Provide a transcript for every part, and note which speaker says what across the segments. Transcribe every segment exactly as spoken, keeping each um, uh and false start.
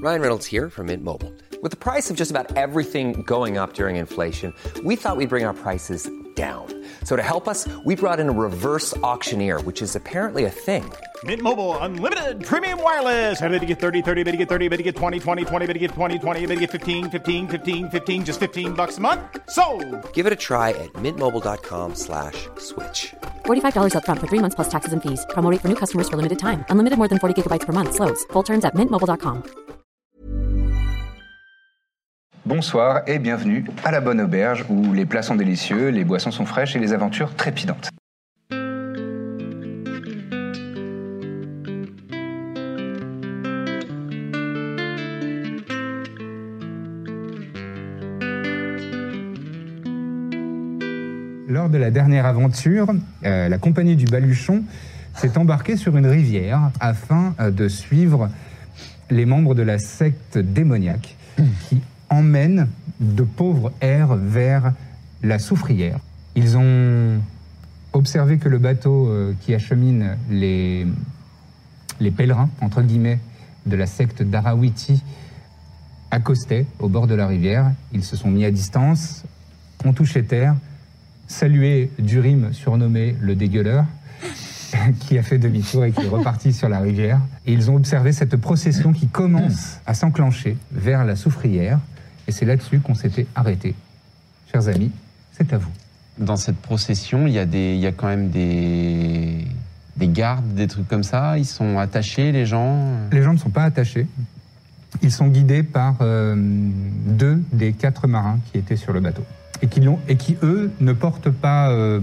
Speaker 1: Ryan Reynolds here from Mint Mobile. With the price of just about everything going up during inflation, we thought we'd bring our prices down. So to help us, we brought in a reverse auctioneer, which is apparently a thing.
Speaker 2: Mint Mobile Unlimited Premium Wireless. How to get thirty, thirty, how to get thirty, how to get twenty, twenty, twenty, how to get twenty, twenty, how to get fifteen, fifteen, fifteen, fifteen, just fifteen bucks a month? Sold!
Speaker 1: Give it a try at mintmobile.com slash switch.
Speaker 3: forty-five dollars up front for three months plus taxes and fees. Promo rate for new customers for limited time. Unlimited more than forty gigabytes per month. Slows full terms at mint mobile dot com.
Speaker 4: Bonsoir et bienvenue à la Bonne Auberge où les plats sont délicieux, les boissons sont fraîches et les aventures trépidantes. Lors de la dernière aventure, euh, la compagnie du Baluchon s'est embarquée sur une rivière afin euh, de suivre les membres de la secte démoniaque qui emmènent de pauvres airs vers la soufrière. Ils ont observé que le bateau euh, qui achemine les, les pèlerins, entre guillemets, de la secte d'Arawiti accostait au bord de la rivière. Ils se sont mis à distance, ont touché terre, salué Durim, surnommé le dégueuleur, qui a fait demi-tour et qui est reparti sur la rivière. Et ils ont observé cette procession qui commence à s'enclencher vers la soufrière. Et c'est là-dessus qu'on s'était arrêté. Chers amis, c'est à vous.
Speaker 5: Dans cette procession, il y a, des, il y a quand même des, des gardes, des trucs comme ça. Ils sont attachés, les gens.
Speaker 4: Les gens ne sont pas attachés. Ils sont guidés par euh, deux des quatre marins qui étaient sur le bateau. Et qui, l'ont, et qui eux, ne portent pas euh,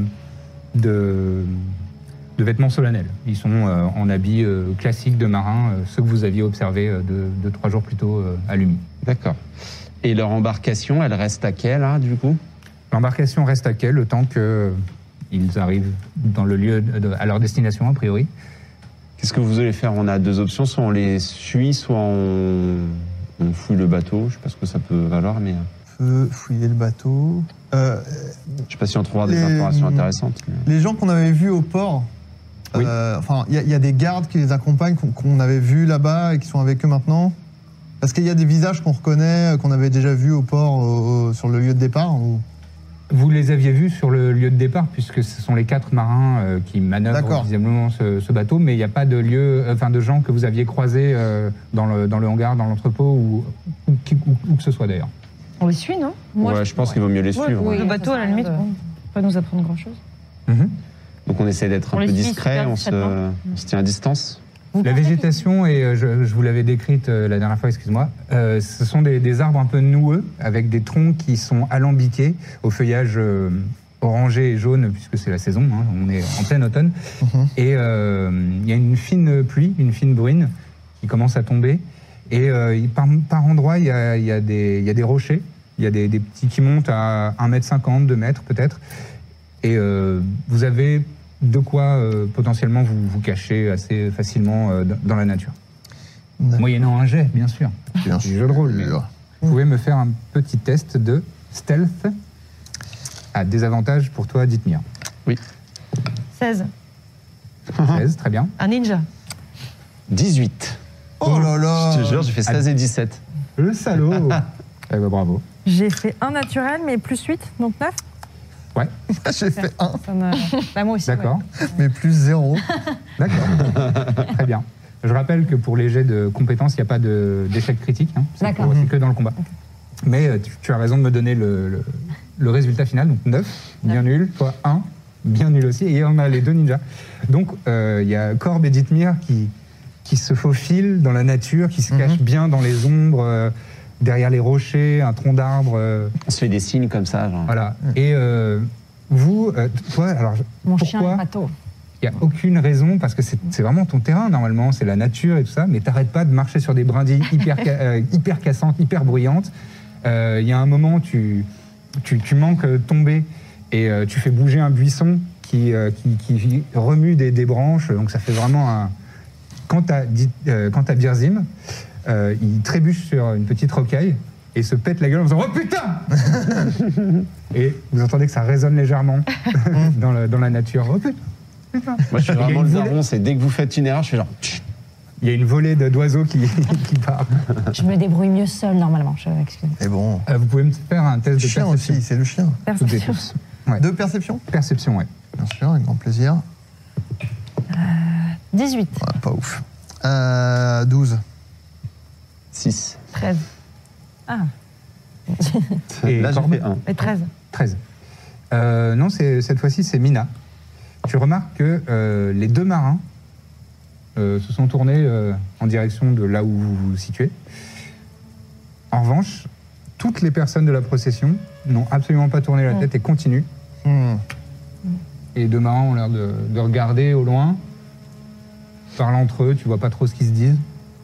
Speaker 4: de, de vêtements solennels. Ils sont euh, en habits euh, classiques de marins, euh, ceux que vous aviez observés euh, deux, deux, trois jours plus tôt euh, à Lumi.
Speaker 5: D'accord. Et leur embarcation, elle reste à quai, là, du coup ?
Speaker 4: L'embarcation reste à quai le temps qu'ils arrivent dans le lieu de, à leur destination, a priori.
Speaker 5: Qu'est-ce que vous allez faire ? On a deux options, soit on les suit, soit on, on fouille le bateau. Je sais pas ce que ça peut valoir, mais...
Speaker 6: Feu, fouiller le bateau... Euh,
Speaker 5: je sais pas si on trouvera des les, informations intéressantes. Mais...
Speaker 6: Les gens qu'on avait vus au port,
Speaker 4: oui.
Speaker 6: euh, enfin, il y, y a des gardes qui les accompagnent, qu'on, qu'on avait vus là-bas et qui sont avec eux maintenant. Parce qu'il y a des visages qu'on reconnaît, qu'on avait déjà vus au port, au, sur le lieu de départ ou...
Speaker 4: Vous les aviez vus sur le lieu de départ, puisque ce sont les quatre marins euh, qui manœuvrent
Speaker 6: D'accord.
Speaker 4: visiblement ce, ce bateau, mais il n'y a pas de lieu, euh, enfin de gens que vous aviez croisés euh, dans, le, dans le hangar, dans l'entrepôt, ou où, où, où que ce soit d'ailleurs.
Speaker 7: On les suit, non ?
Speaker 5: Moi, Ouais, je, je pense ouais. qu'il vaut mieux les
Speaker 7: ouais,
Speaker 5: suivre.
Speaker 7: Oui,
Speaker 5: ouais.
Speaker 7: le bateau, à la limite, bon, pas nous apprendre grand-chose.
Speaker 4: Mm-hmm.
Speaker 5: Donc on essaie d'être
Speaker 7: on
Speaker 5: un peu
Speaker 7: suit,
Speaker 5: discret, on se, on se tient à distance.
Speaker 4: Vous la végétation, que... et je, je vous l'avais décrite euh, la dernière fois, excuse-moi, euh, ce sont des, des arbres un peu noueux, avec des troncs qui sont alambiqués, au feuillage euh, orangé et jaune, puisque c'est la saison, hein, on est en plein automne. Mm-hmm. Et il euh, y a une fine pluie, une fine bruine, qui commence à tomber. Et euh, par, par endroits, il y a, y, a y a des rochers, il y a des, des petits qui montent à un mètre cinquante, deux mètres peut-être. Et euh, vous avez... de quoi euh, potentiellement vous vous cacher assez facilement euh, dans la nature. D'accord. Moyennant un jet, bien sûr.
Speaker 6: Bien
Speaker 4: c'est un jeu de rôle. Mais vous pouvez me faire un petit test de stealth à désavantage pour toi, Dithmir.
Speaker 5: Oui.
Speaker 7: seize.
Speaker 4: seize, très bien.
Speaker 7: Un ninja.
Speaker 5: dix-huit.
Speaker 6: Oh là là.
Speaker 5: Je te jure, j'ai fait seize et dix-sept.
Speaker 4: Le salaud. Eh ben, bravo.
Speaker 7: J'ai fait un naturel, mais plus huit, donc neuf.
Speaker 4: Ouais.
Speaker 6: J'ai fait un.
Speaker 7: Ça me... bah, moi aussi.
Speaker 4: D'accord.
Speaker 7: Ouais.
Speaker 6: Mais plus zéro.
Speaker 4: D'accord. Très bien. Je rappelle que pour les jets de compétences, il n'y a pas de, d'échec critique. Hein. C'est, pour, c'est que dans le combat. Okay. Mais tu, tu as raison de me donner le, le, le résultat final. Donc neuf, bien nul, toi un, bien nul aussi. Et on a les deux ninjas. Donc il euh, y a Corbe et Dithmir qui, qui se faufilent dans la nature, qui se cachent mm-hmm. bien dans les ombres. Euh, derrière les rochers, un tronc d'arbre. Euh...
Speaker 5: On se fait des signes comme ça, genre.
Speaker 4: Voilà. Et euh, vous, euh, toi, alors
Speaker 7: mon
Speaker 4: pourquoi
Speaker 7: chien est bateau.
Speaker 4: Il n'y a aucune raison, parce que c'est, c'est vraiment ton terrain, normalement, c'est la nature et tout ça, mais t'arrêtes pas de marcher sur des brindilles hyper, euh, hyper cassantes, hyper bruyantes. Il euh, y a un moment, tu, tu, tu manques de tomber et euh, tu fais bouger un buisson qui, euh, qui, qui remue des, des branches, donc ça fait vraiment un... Quant à, euh, quant à Birzim, euh, il trébuche sur une petite rocaille et se pète la gueule en faisant « Oh putain !» Et vous entendez que ça résonne légèrement dans, le, dans la nature. « Oh putain !»
Speaker 5: Moi, je suis vraiment le daron, c'est dès que vous faites une erreur, je fais genre...
Speaker 4: Il y a une volée de- d'oiseaux qui, qui part.
Speaker 7: Je me débrouille mieux seule normalement. Je... Excusez-moi.
Speaker 6: Et bon.
Speaker 4: Euh, vous pouvez me faire un test
Speaker 6: Le
Speaker 4: de
Speaker 6: chien
Speaker 4: perception.
Speaker 6: aussi, c'est le chien.
Speaker 4: Toutes et
Speaker 7: Perception.
Speaker 4: tous. Ouais.
Speaker 6: De perception?
Speaker 4: Perception, ouais.
Speaker 6: Bien sûr, avec grand plaisir.
Speaker 7: dix-huit.
Speaker 6: Ouais, pas ouf. Euh, douze.
Speaker 5: six.
Speaker 7: treize. Ah,
Speaker 4: Et
Speaker 5: Là, j'ai
Speaker 4: Corbe
Speaker 5: fait un.
Speaker 7: et treize.
Speaker 4: treize. Euh, non, c'est- cette fois-ci, c'est Mina. Tu remarques que euh, les deux marins euh, se sont tournés euh, en direction de là où vous vous situez. En revanche, toutes les personnes de la procession n'ont absolument pas tourné la
Speaker 7: Ouais.
Speaker 4: tête et continuent.
Speaker 6: Hmm.
Speaker 4: Et les deux marins ont l'air de, de regarder au loin, parlent entre eux, tu vois pas trop ce qu'ils se disent.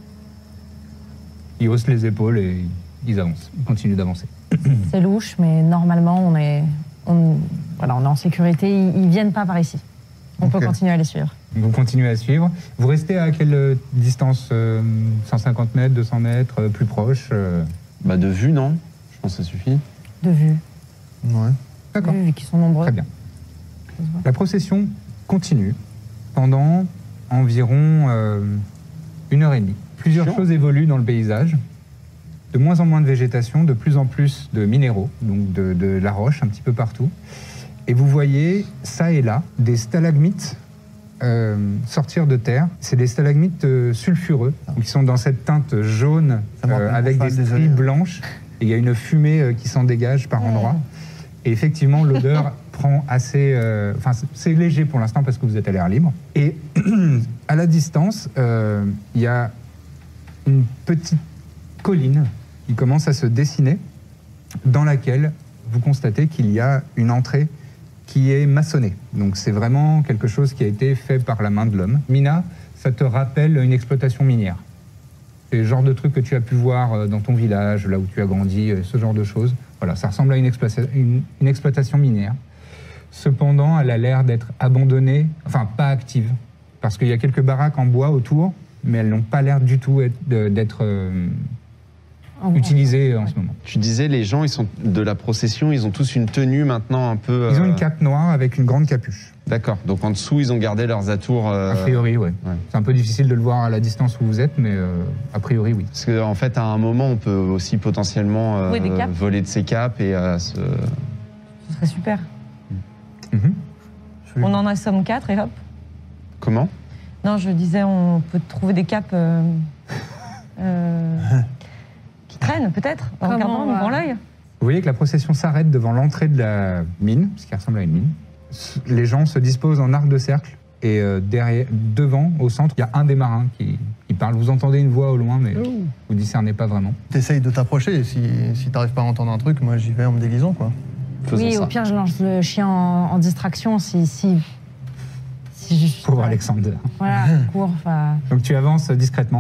Speaker 4: Ils haussent les épaules et ils avancent, ils continuent d'avancer.
Speaker 7: C'est louche, mais normalement, on est, on, voilà, on est en sécurité. Ils, ils viennent pas par ici. On
Speaker 6: Ok.
Speaker 7: peut continuer à les suivre.
Speaker 4: Vous continuez à suivre. Vous restez à quelle euh, distance euh, cent cinquante mètres, deux cents mètres, euh, plus proche euh
Speaker 5: Bah, de vue, non? Je pense que ça suffit.
Speaker 7: De vue.
Speaker 6: Ouais.
Speaker 4: D'accord,
Speaker 7: Vu qu'ils sont nombreux.
Speaker 4: très bien. La procession continue pendant environ euh, une heure et demie. Plusieurs
Speaker 5: Chiant.
Speaker 4: choses évoluent dans le paysage. De moins en moins de végétation, de plus en plus de minéraux, donc de, de la roche un petit peu partout. Et vous voyez, ça et là, des stalagmites euh, sortir de terre. C'est des stalagmites euh, sulfureux, qui sont dans cette teinte jaune
Speaker 6: Ça me
Speaker 4: euh,
Speaker 6: rappelle
Speaker 4: avec
Speaker 6: mon
Speaker 4: des
Speaker 6: fan,
Speaker 4: stries
Speaker 6: désolé.
Speaker 4: blanches. Et il y a une fumée euh, qui s'en dégage par endroits. Et effectivement, l'odeur prend assez... euh, Enfin, c'est- c'est léger pour l'instant parce que vous êtes à l'air libre. Et à la distance, euh, il y a une petite colline qui commence à se dessiner, dans laquelle vous constatez qu'il y a une entrée qui est maçonnée. Donc c'est vraiment quelque chose qui a été fait par la main de l'homme. Mina, ça te rappelle une exploitation minière. C'est le genre de truc que tu as pu voir euh, dans ton village, là où tu as grandi, euh, ce genre de choses. Voilà, ça ressemble à une, exploita- une- une exploitation minière. Cependant, elle a l'air d'être abandonnée, enfin pas active, parce qu'il y a quelques baraques en bois autour, mais elles n'ont pas l'air du tout être- de- d'être euh,
Speaker 7: En-
Speaker 4: utilisées en ce moment.
Speaker 5: Tu disais, les gens ils sont de la procession, ils ont tous une tenue maintenant un peu.
Speaker 4: Ils ont
Speaker 5: euh,
Speaker 4: une cape noire avec une grande capuche.
Speaker 5: D'accord. Donc en dessous, ils ont gardé leurs atours. euh,
Speaker 4: A priori, oui.
Speaker 5: ouais.
Speaker 4: C'est un peu difficile de le voir à la distance où vous êtes, mais euh, a priori, oui.
Speaker 5: Parce qu'en fait, à un moment, on peut aussi potentiellement euh,
Speaker 7: Oui, des capes.
Speaker 5: voler de ses capes et euh, se.
Speaker 7: Ce serait super.
Speaker 4: Mhm.
Speaker 7: On en assomme quatre et hop.
Speaker 5: Comment?
Speaker 7: Non, je disais, on peut trouver des capes euh, euh, qui traînent, peut-être, en
Speaker 8: Comment
Speaker 7: regardant,
Speaker 8: on
Speaker 7: en
Speaker 8: va-
Speaker 7: ouvrant l'œil.
Speaker 4: Vous voyez que la procession s'arrête devant l'entrée de la mine, ce qui ressemble à une mine. S- Les gens se disposent en arc de cercle et euh, derrière, devant, au centre, il y a un des marins qui, qui parle. Vous entendez une voix au loin, mais vous discernez pas vraiment.
Speaker 6: T'essayes de t'approcher, et si, si t'arrives pas à entendre un truc, moi j'y vais en me déguisant, quoi.
Speaker 5: Faisons
Speaker 7: Oui,
Speaker 5: ça.
Speaker 7: au pire, je lance le chien en, en distraction si. si, si je,
Speaker 4: Pauvre
Speaker 7: voilà.
Speaker 4: Alexander.
Speaker 7: Voilà, cours. Enfin.
Speaker 4: Donc tu avances discrètement.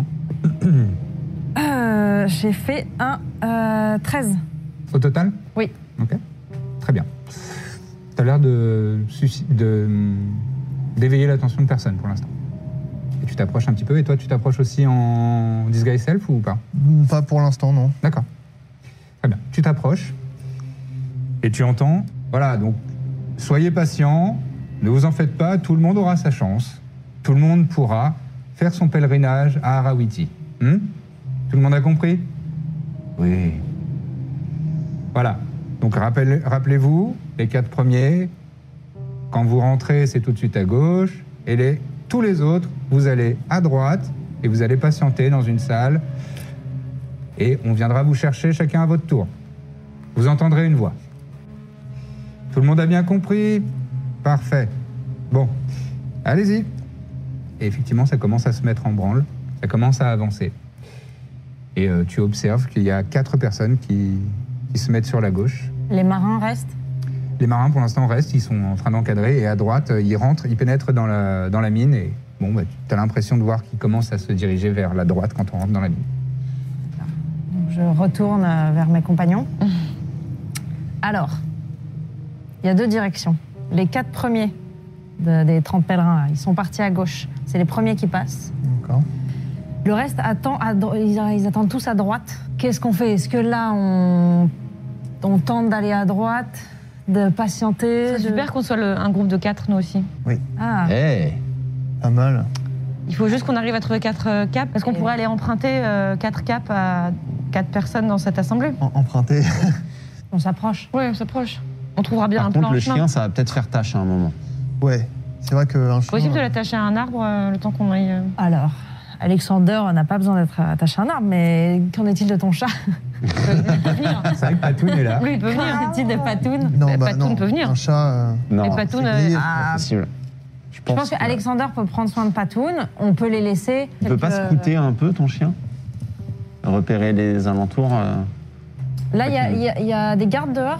Speaker 7: Euh, J'ai fait un euh, treize.
Speaker 4: Au total?
Speaker 7: Oui.
Speaker 4: Ok. Très bien. Tu as l'air de, susci- de, d'éveiller l'attention de personne pour l'instant. Et tu t'approches un petit peu. Et toi, tu t'approches aussi en disguise self ou pas?
Speaker 6: Pas pour l'instant, non.
Speaker 4: D'accord. Très bien. Tu t'approches et tu entends. Voilà, donc soyez patient, ne vous en faites pas, tout le monde aura sa chance. Tout le monde pourra faire son pèlerinage à Arawiti. Hmm? Tout le monde a compris? Oui. Voilà. Donc rappel- rappelez-vous, les quatre premiers, quand vous rentrez, c'est tout de suite à gauche, et les, tous les autres, vous allez à droite, et vous allez patienter dans une salle, et on viendra vous chercher chacun à votre tour. Vous entendrez une voix. Tout le monde a bien compris? Parfait. Bon, allez-y. Et effectivement, ça commence à se mettre en branle, ça commence à avancer. Et euh, tu observes qu'il y a quatre personnes qui, qui se mettent sur la gauche.
Speaker 7: Les marins restent.
Speaker 4: Les marins, pour l'instant, restent, ils sont en train d'encadrer, et à droite, euh, ils rentrent, ils pénètrent dans la, dans la mine, et bon, bah, tu as l'impression de voir qu'ils commencent à se diriger vers la droite quand on rentre dans la mine.
Speaker 7: Donc, je retourne euh, vers mes compagnons. Alors, il y a deux directions. Les quatre premiers de- des trente pèlerins, là, ils sont partis à gauche. C'est les premiers qui passent.
Speaker 6: D'accord.
Speaker 7: Le reste attend à dro- ils, ils attendent tous à droite. Qu'est-ce qu'on fait? Est-ce que là, on, on tente d'aller à droite, de patienter
Speaker 8: C'est
Speaker 7: de-
Speaker 8: super qu'on soit le- un groupe de quatre, nous aussi.
Speaker 7: Ah,
Speaker 5: Eh
Speaker 6: Pas mal.
Speaker 8: Il faut juste qu'on arrive à trouver quatre euh, capes. Est-ce qu'on
Speaker 7: Et-
Speaker 8: pourrait aller emprunter euh, quatre capes à quatre personnes dans cette assemblée?
Speaker 6: En- Emprunté.
Speaker 7: On s'approche.
Speaker 8: Ouais, on s'approche. On trouvera bien
Speaker 5: Par
Speaker 8: un
Speaker 5: contre,
Speaker 8: plan
Speaker 5: le
Speaker 8: en chemin.
Speaker 5: chien, ça va peut-être faire tâche à un moment.
Speaker 6: Ouais, c'est vrai qu'un chien...
Speaker 8: Possible de l'attacher à un arbre euh, le temps qu'on aille. euh,
Speaker 7: Alors, Alexander n'a pas besoin d'être attaché à un arbre, mais qu'en est-il de ton chat?
Speaker 4: C'est vrai que Patoun est là.
Speaker 8: Oui, il peut venir.
Speaker 7: Qu'en est-il de Patoun?
Speaker 6: Non,
Speaker 8: Mais
Speaker 6: bah,
Speaker 8: Patoun
Speaker 6: non.
Speaker 8: peut venir.
Speaker 6: Un chat... euh,
Speaker 5: Non,
Speaker 8: Et
Speaker 5: c'est
Speaker 8: Patoun,
Speaker 6: c'est
Speaker 8: euh,
Speaker 6: lié.
Speaker 5: pas
Speaker 7: Ah,
Speaker 5: possible. Je
Speaker 7: je
Speaker 5: pense,
Speaker 7: pense
Speaker 5: que-
Speaker 7: qu'Alexander peut prendre soin de Patoun. On peut les laisser.
Speaker 5: Il peut pas
Speaker 7: quelques-
Speaker 5: scouter un peu, ton chien? Repérer les alentours euh,
Speaker 7: Là, il y, a- il y a- il y a des gardes dehors.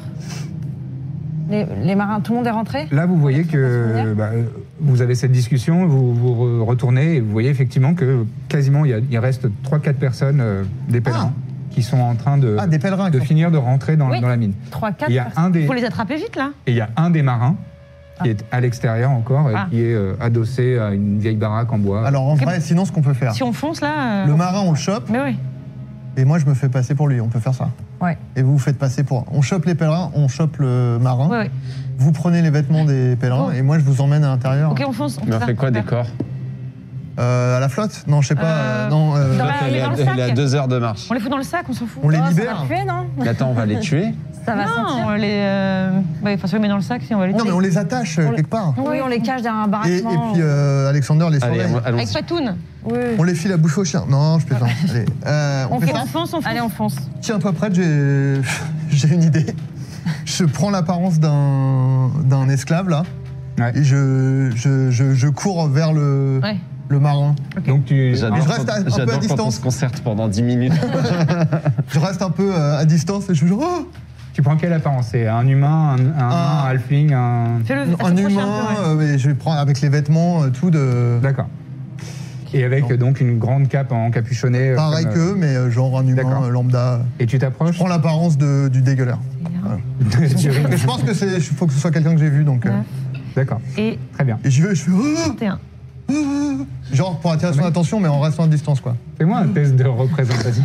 Speaker 7: Les, les marins, tout le monde est rentré.
Speaker 4: Là, vous voyez
Speaker 7: Se
Speaker 4: que
Speaker 7: souvenir
Speaker 4: bah, euh, vous avez cette discussion, vous vous re- retournez et vous voyez effectivement que quasiment il, y a- il reste trois quatre personnes, euh, des pèlerins, qui sont en train de,
Speaker 6: Ah, des pèlerins.
Speaker 4: de
Speaker 6: qui sont-
Speaker 4: finir de rentrer dans,
Speaker 7: Oui.
Speaker 4: dans la mine.
Speaker 7: trois, quatre
Speaker 4: Il y a
Speaker 7: personnes.
Speaker 4: un des,
Speaker 8: Il faut les attraper vite là.
Speaker 4: et il y a un des marins qui est à l'extérieur encore, et
Speaker 8: Ah.
Speaker 4: qui est euh, adossé à une vieille baraque en bois.
Speaker 6: Alors, en
Speaker 8: Ok.
Speaker 6: vrai, sinon, ce qu'on peut faire...
Speaker 8: Si on fonce là. euh,
Speaker 6: Le marin, on le chope,
Speaker 8: Mais oui.
Speaker 6: et moi, je me fais passer pour lui. On peut faire ça.
Speaker 7: Ouais.
Speaker 6: Et vous vous faites passer pour... On chope les pèlerins, on chope le marin.
Speaker 8: Oui, oui.
Speaker 6: Vous prenez les vêtements des pèlerins,
Speaker 8: Oh.
Speaker 6: et moi, je vous emmène à l'intérieur.
Speaker 8: Ok, on fonce.
Speaker 5: Mais on
Speaker 8: ça,
Speaker 5: fait quoi
Speaker 8: on
Speaker 5: des
Speaker 8: fait.
Speaker 5: corps?
Speaker 6: Euh, à la flotte? Non, je sais pas.
Speaker 8: Euh,
Speaker 6: euh, non, euh,
Speaker 8: dans
Speaker 5: Toi,
Speaker 8: la-
Speaker 5: elle
Speaker 8: il est
Speaker 5: est
Speaker 8: dans
Speaker 5: à-
Speaker 8: le sac.
Speaker 5: elle est à deux heures de marche.
Speaker 8: On les fout dans le sac, on s'en fout.
Speaker 6: on les
Speaker 7: Oh, ça
Speaker 6: libère.
Speaker 7: va puer, non?
Speaker 5: Mais attends, on va les tuer.
Speaker 7: Ça va
Speaker 8: Non,
Speaker 7: sentir.
Speaker 8: on les. Euh... Ouais, enfin, si on les met dans le sac, si on va les
Speaker 6: Non,
Speaker 8: tuer.
Speaker 6: mais on les attache euh,
Speaker 7: On les-
Speaker 6: quelque part.
Speaker 7: Oui, on les cache derrière un
Speaker 6: Et, et
Speaker 7: baraquement.
Speaker 6: puis euh, Alexander les
Speaker 5: Allez,
Speaker 6: surveille.
Speaker 5: allons-y.
Speaker 8: Avec Patoun.
Speaker 7: Oui.
Speaker 6: On les file à bouffer au chien. Non, je plaisante. Allez, euh, on,
Speaker 7: On
Speaker 6: fait
Speaker 7: fait
Speaker 6: ça.
Speaker 8: On fonce, on fonce.
Speaker 7: Allez, on fonce.
Speaker 6: Tiens-toi prête, j'ai j'ai une idée. Je prends l'apparence d'un d'un esclave là,
Speaker 4: Ouais.
Speaker 6: et je, je, je, je cours vers le,
Speaker 8: Ouais.
Speaker 6: le marin.
Speaker 4: Donc tu,
Speaker 5: J'adore
Speaker 6: Mais je
Speaker 5: quand-
Speaker 6: reste à- un peu à
Speaker 5: j'adore quand on
Speaker 6: distance.
Speaker 5: se concerte pendant dix minutes.
Speaker 6: Je reste un peu euh, à distance et je dis oh,
Speaker 4: tu prends quelle apparence? C'est un humain, un, un,
Speaker 6: Ah.
Speaker 4: un halfling, un...
Speaker 8: Fais-le.
Speaker 6: un
Speaker 8: approche
Speaker 6: humain,
Speaker 8: peu, ouais.
Speaker 6: euh, mais je prends avec les vêtements euh, tout de
Speaker 4: D'accord. Et avec euh, donc une grande cape encapuchonnée. euh,
Speaker 6: pareil
Speaker 4: comme, euh,
Speaker 6: qu'eux, mais euh, genre un humain
Speaker 4: D'accord.
Speaker 6: euh, lambda.
Speaker 4: Et tu
Speaker 6: Je
Speaker 4: t'approches.
Speaker 6: prends l'apparence de- du dégueuleur.
Speaker 4: Tu rigoles.
Speaker 6: Mais je pense que c'est, faut que ce soit quelqu'un que j'ai vu donc. euh,
Speaker 8: Ouais.
Speaker 4: D'accord,
Speaker 8: Et
Speaker 4: très bien.
Speaker 6: Et j'y vais, je fais oh,
Speaker 8: trente et un.
Speaker 6: genre pour attirer son
Speaker 4: Ouais.
Speaker 6: attention, mais en restant à distance quoi.
Speaker 4: Fais-moi un test de représentation.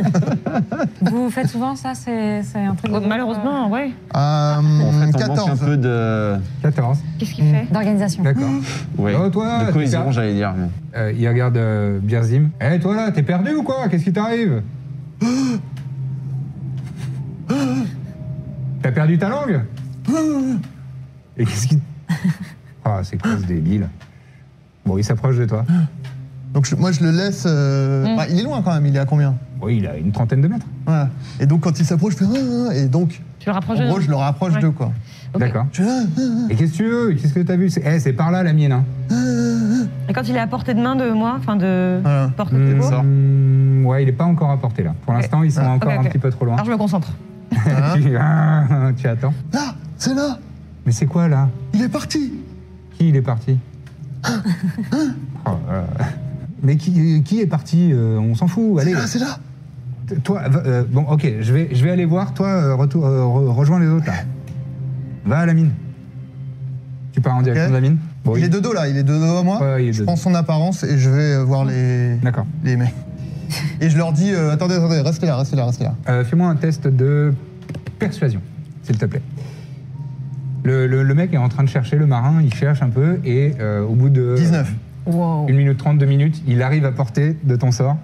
Speaker 7: Vous faites souvent ça? C'est c'est un truc.
Speaker 8: Oh,
Speaker 7: de-
Speaker 8: malheureusement, ouais.
Speaker 6: Euh,
Speaker 5: En fait, on manque un
Speaker 6: quatorze.
Speaker 5: peu de,
Speaker 4: quatorze,
Speaker 8: Qu'est-ce qu'il fait?
Speaker 7: D'organisation.
Speaker 4: d'accord.
Speaker 5: ouais,
Speaker 4: Oh, toi,
Speaker 5: de cohésion,
Speaker 4: t'es per-
Speaker 5: j'allais dire. mais-
Speaker 4: Euh, il regarde euh, Birzim. Eh, toi là, t'es perdu ou quoi? Qu'est-ce qui t'arrive? T'as perdu ta langue? Et qu'est-ce qui... Ah, c'est quoi ce débile? Bon, il s'approche de toi.
Speaker 6: Donc je- moi je le laisse. euh,
Speaker 8: Mm.
Speaker 6: bah, il est loin quand même, il est à combien?
Speaker 4: Oui, il a une trentaine de mètres.
Speaker 6: Voilà. Et donc quand il s'approche, je fais ah, ah, et donc
Speaker 8: Tu le rapproches
Speaker 6: en
Speaker 8: de
Speaker 6: gros
Speaker 8: nous.
Speaker 6: je le rapproche
Speaker 8: Ouais.
Speaker 6: d'eux quoi.
Speaker 8: Ok.
Speaker 4: D'accord.
Speaker 6: Je fais, ah, ah,
Speaker 4: Et qu'est-ce que tu veux? Qu'est-ce que t'as vu? C'est eh, c'est par là la mienne, hein.
Speaker 8: Et quand il est à portée de main de moi, enfin de
Speaker 6: Voilà.
Speaker 8: porte de beau,
Speaker 4: Hmm, ouais, il est pas encore à portée là. Pour l'instant, ils sont
Speaker 6: Ah,
Speaker 4: encore
Speaker 8: ok,
Speaker 4: un
Speaker 8: ok.
Speaker 4: petit peu trop loin.
Speaker 8: alors je me concentre.
Speaker 6: Voilà.
Speaker 4: Tu, ah, tu attends.
Speaker 6: Là, c'est là,
Speaker 4: Mais c'est quoi là?
Speaker 6: il est parti.
Speaker 4: Qui il est parti? Oh, euh, Mais qui, qui est parti? Euh, On s'en fout.
Speaker 6: C'est
Speaker 4: Allez.
Speaker 6: là, c'est là.
Speaker 4: T- Toi, va- euh, bon, ok, je vais, je vais aller voir. Toi, euh, retour, euh, re- rejoins les autres là. Va à la mine. Tu pars en direction
Speaker 6: Ok.
Speaker 4: de la mine. Bon,
Speaker 6: Il est de dos là, il est de dos à moi.
Speaker 4: Ouais, il est
Speaker 6: je
Speaker 4: de
Speaker 6: prends
Speaker 4: dos.
Speaker 6: son apparence et je vais euh, voir les,
Speaker 4: D'accord.
Speaker 6: les mecs. Et je leur dis euh, attendez, attendez, restez là, restez là, restez là.
Speaker 4: Euh, Fais-moi un test de persuasion, s'il te plaît. Le, le- le mec est en train de chercher le marin, il cherche un peu et euh, au bout de
Speaker 6: dix-neuf.
Speaker 7: Wow.
Speaker 4: une minute trente, deux minutes, il arrive à portée de ton sort.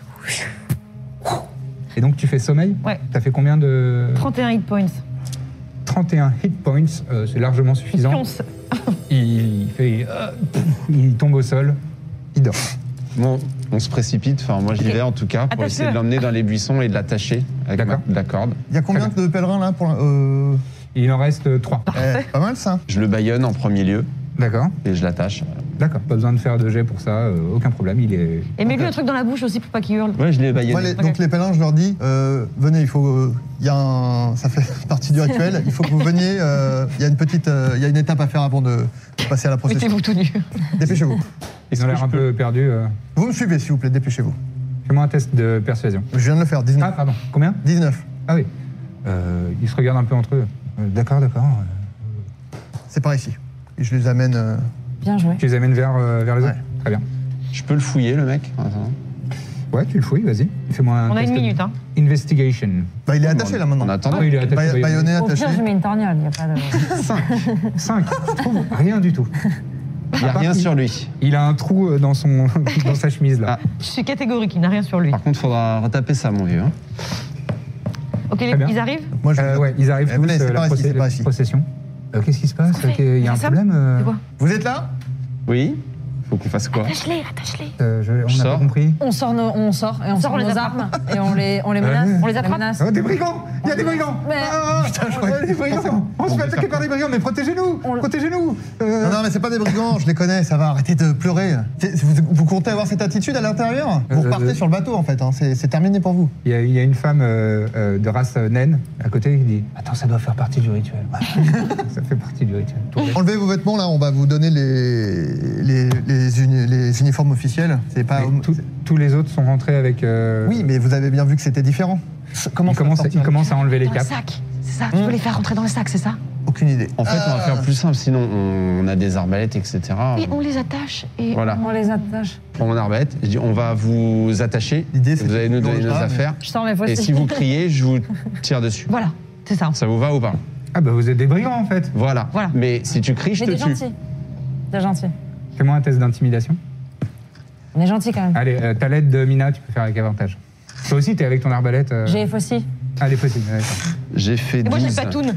Speaker 4: Et donc tu fais sommeil.
Speaker 8: Ouais.
Speaker 4: T'as fait combien de...
Speaker 8: trente et un hit points.
Speaker 4: trente et un hit points, euh, c'est largement suffisant.
Speaker 8: Pionce.
Speaker 4: Il fait, euh, pff, il tombe au sol, il dort.
Speaker 5: Bon, on se précipite, enfin moi j'y
Speaker 8: Ok.
Speaker 5: vais en tout cas, pour
Speaker 8: Attache-le.
Speaker 5: essayer de l'emmener dans les buissons et de l'attacher avec ma,
Speaker 4: D'accord.
Speaker 5: de la corde.
Speaker 6: Il y a combien de pèlerins là pour euh...
Speaker 4: Il en reste trois.
Speaker 6: eh, Pas mal ça.
Speaker 5: Je le baïonne en premier lieu
Speaker 4: D'accord,
Speaker 5: et je l'attache.
Speaker 4: d'accord. Pas besoin de faire de jet pour ça, euh, aucun problème. Il est.
Speaker 8: Et mets-lui un truc dans la bouche aussi pour pas qu'il hurle.
Speaker 5: Ouais, je l'ai
Speaker 6: Moi,
Speaker 5: baïonné.
Speaker 6: les-
Speaker 8: Ok.
Speaker 6: donc les pèlerins, je leur dis euh, venez, il faut, euh, il y a un, ça fait partie du rituel. Il faut que vous veniez. euh, Il y a une petite, euh, il y a une étape à faire avant de passer à la procession.
Speaker 8: Mettez-vous tout nu.
Speaker 6: Dépêchez-vous.
Speaker 4: Ils ont l'air un peu perdus. euh.
Speaker 6: Vous me suivez, s'il vous plaît. Dépêchez-vous.
Speaker 4: Fais-moi un test de persuasion.
Speaker 6: Je viens de le faire.
Speaker 4: Ah,
Speaker 6: dix-neuf.
Speaker 4: pardon. Combien?
Speaker 6: dix-neuf.
Speaker 4: Ah oui. Euh, ils se regardent un peu entre eux. Euh, d'accord, d'accord. Euh,
Speaker 6: C'est par ici. Et je les amène. euh,
Speaker 7: Bien joué.
Speaker 4: Tu les amènes vers, euh, vers les
Speaker 6: Ouais.
Speaker 4: autres. Très bien.
Speaker 5: Je peux le fouiller le mec Attends.
Speaker 4: Ouais, tu le fouilles, vas-y. Fais-moi un
Speaker 8: On a
Speaker 4: test
Speaker 8: une
Speaker 4: de
Speaker 8: minute, hein.
Speaker 4: Investigation.
Speaker 6: Bah, il est attaché là maintenant.
Speaker 5: En attendant,
Speaker 4: Oui, il est attaché.
Speaker 6: Ba-
Speaker 4: baïonné.
Speaker 6: Baïonné,
Speaker 7: Au
Speaker 6: attaché.
Speaker 7: pire, je mets une torgnole, il n'y a pas de.
Speaker 4: cinq. cinq. Tu trouves rien du tout.
Speaker 5: Il n'y a rien sur lui.
Speaker 4: Il a un trou euh, dans, son, dans sa chemise, là.
Speaker 5: Ah.
Speaker 8: Je suis catégorique, il n'a rien sur lui.
Speaker 5: Par contre, il faudra retaper ça, mon vieux. hein.
Speaker 8: Ok,
Speaker 4: Très bien.
Speaker 8: ils arrivent
Speaker 6: Moi, je...
Speaker 4: Euh, ouais, ils arrivent
Speaker 6: Eh,
Speaker 4: tous,
Speaker 6: venez, c'est
Speaker 4: euh,
Speaker 6: par
Speaker 4: la
Speaker 6: ici, c'est par ici.
Speaker 4: procession. Euh, Qu'est-ce qui se passe?
Speaker 8: Qu'est-ce qu'on
Speaker 4: Il y a un
Speaker 8: fait?
Speaker 4: problème euh,
Speaker 8: C'est quoi?
Speaker 6: Vous êtes là?
Speaker 5: Oui. Faut qu'on fasse quoi?
Speaker 8: Attache-les, attache-les.
Speaker 4: euh, je- On
Speaker 5: Je
Speaker 4: n'a pas
Speaker 5: sors.
Speaker 4: compris.
Speaker 7: On sort, nos- on sort et on,
Speaker 8: On
Speaker 7: sort
Speaker 8: sort, on
Speaker 7: nos
Speaker 8: les
Speaker 7: armes et on les, on les menace.
Speaker 4: Ouais.
Speaker 7: On les attrape. Menace.
Speaker 4: Oh, des brigands! Il y a des brigands!
Speaker 7: Mais-
Speaker 4: Ah,
Speaker 6: Putain, je croyais-
Speaker 4: ouais, des brigands! On se fait attaquer par des brigands, mais protégez-nous!
Speaker 7: On le-
Speaker 4: Protégez-nous! Euh,
Speaker 6: Non, non, mais c'est pas des brigands, je les connais, ça va, arrêtez de pleurer. C'est- Vous, vous comptez avoir cette attitude à l'intérieur? Vous
Speaker 4: Euh,
Speaker 6: repartez
Speaker 4: euh,
Speaker 6: sur le bateau en fait, hein. c'est c'est terminé pour vous.
Speaker 4: Il y, a- il y a une femme euh, euh, de race euh, naine à côté qui dit attends, ça doit faire partie du rituel. Ça fait partie du rituel. Tout bien.
Speaker 6: Enlevez vos vêtements là, on va vous donner les, les, les, uni- les uniformes officiels. C'est pas.
Speaker 4: Mais tout- tous les autres sont rentrés avec. euh,
Speaker 6: Oui, mais vous avez bien vu que c'était différent. Comment
Speaker 4: ils
Speaker 6: ça va
Speaker 4: commencent, à-
Speaker 6: sortir
Speaker 4: ils commencent à enlever les
Speaker 8: Dans le
Speaker 4: capes.
Speaker 8: sac, c'est ça. Tu veux les faire rentrer dans le sac, c'est ça?
Speaker 6: Aucune idée.
Speaker 5: En fait, on va faire plus simple, sinon on a des arbalètes, et cetera.
Speaker 8: Et on les attache. Et
Speaker 5: Voilà.
Speaker 7: On les attache.
Speaker 5: Je prends mon arbalète, je dis on va vous attacher,
Speaker 6: L'idée, c'est
Speaker 5: vous allez nous
Speaker 6: de-
Speaker 5: donner nos
Speaker 6: Ah, mais-
Speaker 5: affaires,
Speaker 7: Je sors mes
Speaker 5: et
Speaker 7: faucilles.
Speaker 5: si vous criez, je vous tire dessus.
Speaker 8: voilà, c'est ça.
Speaker 5: Ça vous va ou pas?
Speaker 4: Ah bah vous êtes des brigands en fait.
Speaker 5: Voilà.
Speaker 8: Voilà.
Speaker 5: Mais si tu cries, je
Speaker 7: Mais
Speaker 5: te
Speaker 7: des
Speaker 5: tue.
Speaker 7: gentils. Des gentils.
Speaker 4: Fais-moi un test d'intimidation.
Speaker 7: On est gentils quand même.
Speaker 4: Allez, euh, t'as l'aide de Mina, tu peux faire avec avantage. Toi aussi, t'es avec ton arbalète. euh,
Speaker 7: J'ai les faucilles.
Speaker 4: Allez, possible. ouais, d'accord.
Speaker 5: J'ai fait
Speaker 8: Et moi, j'ai
Speaker 5: douze.
Speaker 8: pas toune.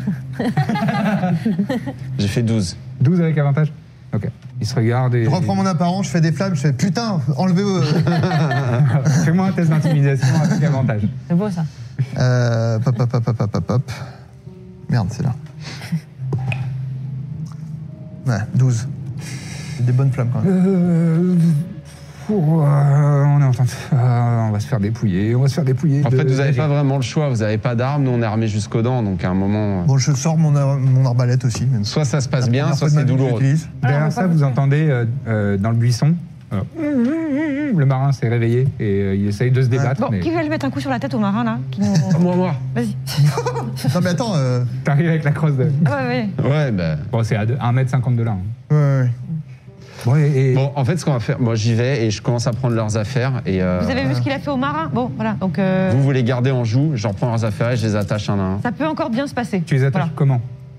Speaker 5: J'ai fait douze.
Speaker 4: douze avec avantage. Ok. Il se regarde et.
Speaker 6: Je reprends mon apparence, je fais des flammes, je fais putain, enlevez. euh,
Speaker 4: Fais-moi un test d'intimidation avec avantage.
Speaker 7: C'est beau ça.
Speaker 6: euh, pop, pop, pop, pop, pop, pop. Merde, c'est là. Ouais, douze. C'est des bonnes flammes quand même.
Speaker 4: Euh, pour, euh, on est en train de, euh, on va se faire dépouiller, on va se faire dépouiller.
Speaker 5: En
Speaker 4: de-
Speaker 5: fait, vous n'avez pas vraiment le choix, vous n'avez pas d'armes, nous on est armés jusqu'aux dents, donc à un moment,
Speaker 6: Bon, je sors mon, ar- mon arbalète aussi, même.
Speaker 5: soit ça se passe bien,
Speaker 6: La
Speaker 5: soit
Speaker 6: première
Speaker 5: c'est
Speaker 6: fois de ma vie que
Speaker 5: douloureux.
Speaker 6: j'utilise.
Speaker 4: Derrière
Speaker 7: Ah, on va
Speaker 4: ça,
Speaker 7: pas
Speaker 4: vous
Speaker 7: le
Speaker 4: entendez euh, euh, dans le buisson. euh, le marin s'est réveillé et euh, il essaye de se débattre.
Speaker 8: Bon,
Speaker 4: mais
Speaker 8: qui veut lui mettre un coup sur la tête au marin, là qui nous...
Speaker 5: Moi, moi.
Speaker 8: Vas-y.
Speaker 6: Non, mais attends, euh,
Speaker 4: t'arrives avec la crosse de.
Speaker 8: Ah ouais, ouais.
Speaker 5: Ouais, bah.
Speaker 4: Bon, c'est à un mètre cinquante de là. hein.
Speaker 6: ouais, ouais.
Speaker 4: Bon, et, et-
Speaker 5: Bon, en fait, ce qu'on va faire, moi j'y vais et je commence à prendre leurs affaires. Et euh,
Speaker 8: Vous avez vu ce qu'il a fait au marin? Bon, voilà. Donc, euh,
Speaker 5: vous, vous les gardez en joue, je reprends leurs affaires et je les attache un à un.
Speaker 8: ça peut encore bien se passer.
Speaker 4: tu les attaches
Speaker 8: Voilà.
Speaker 4: comment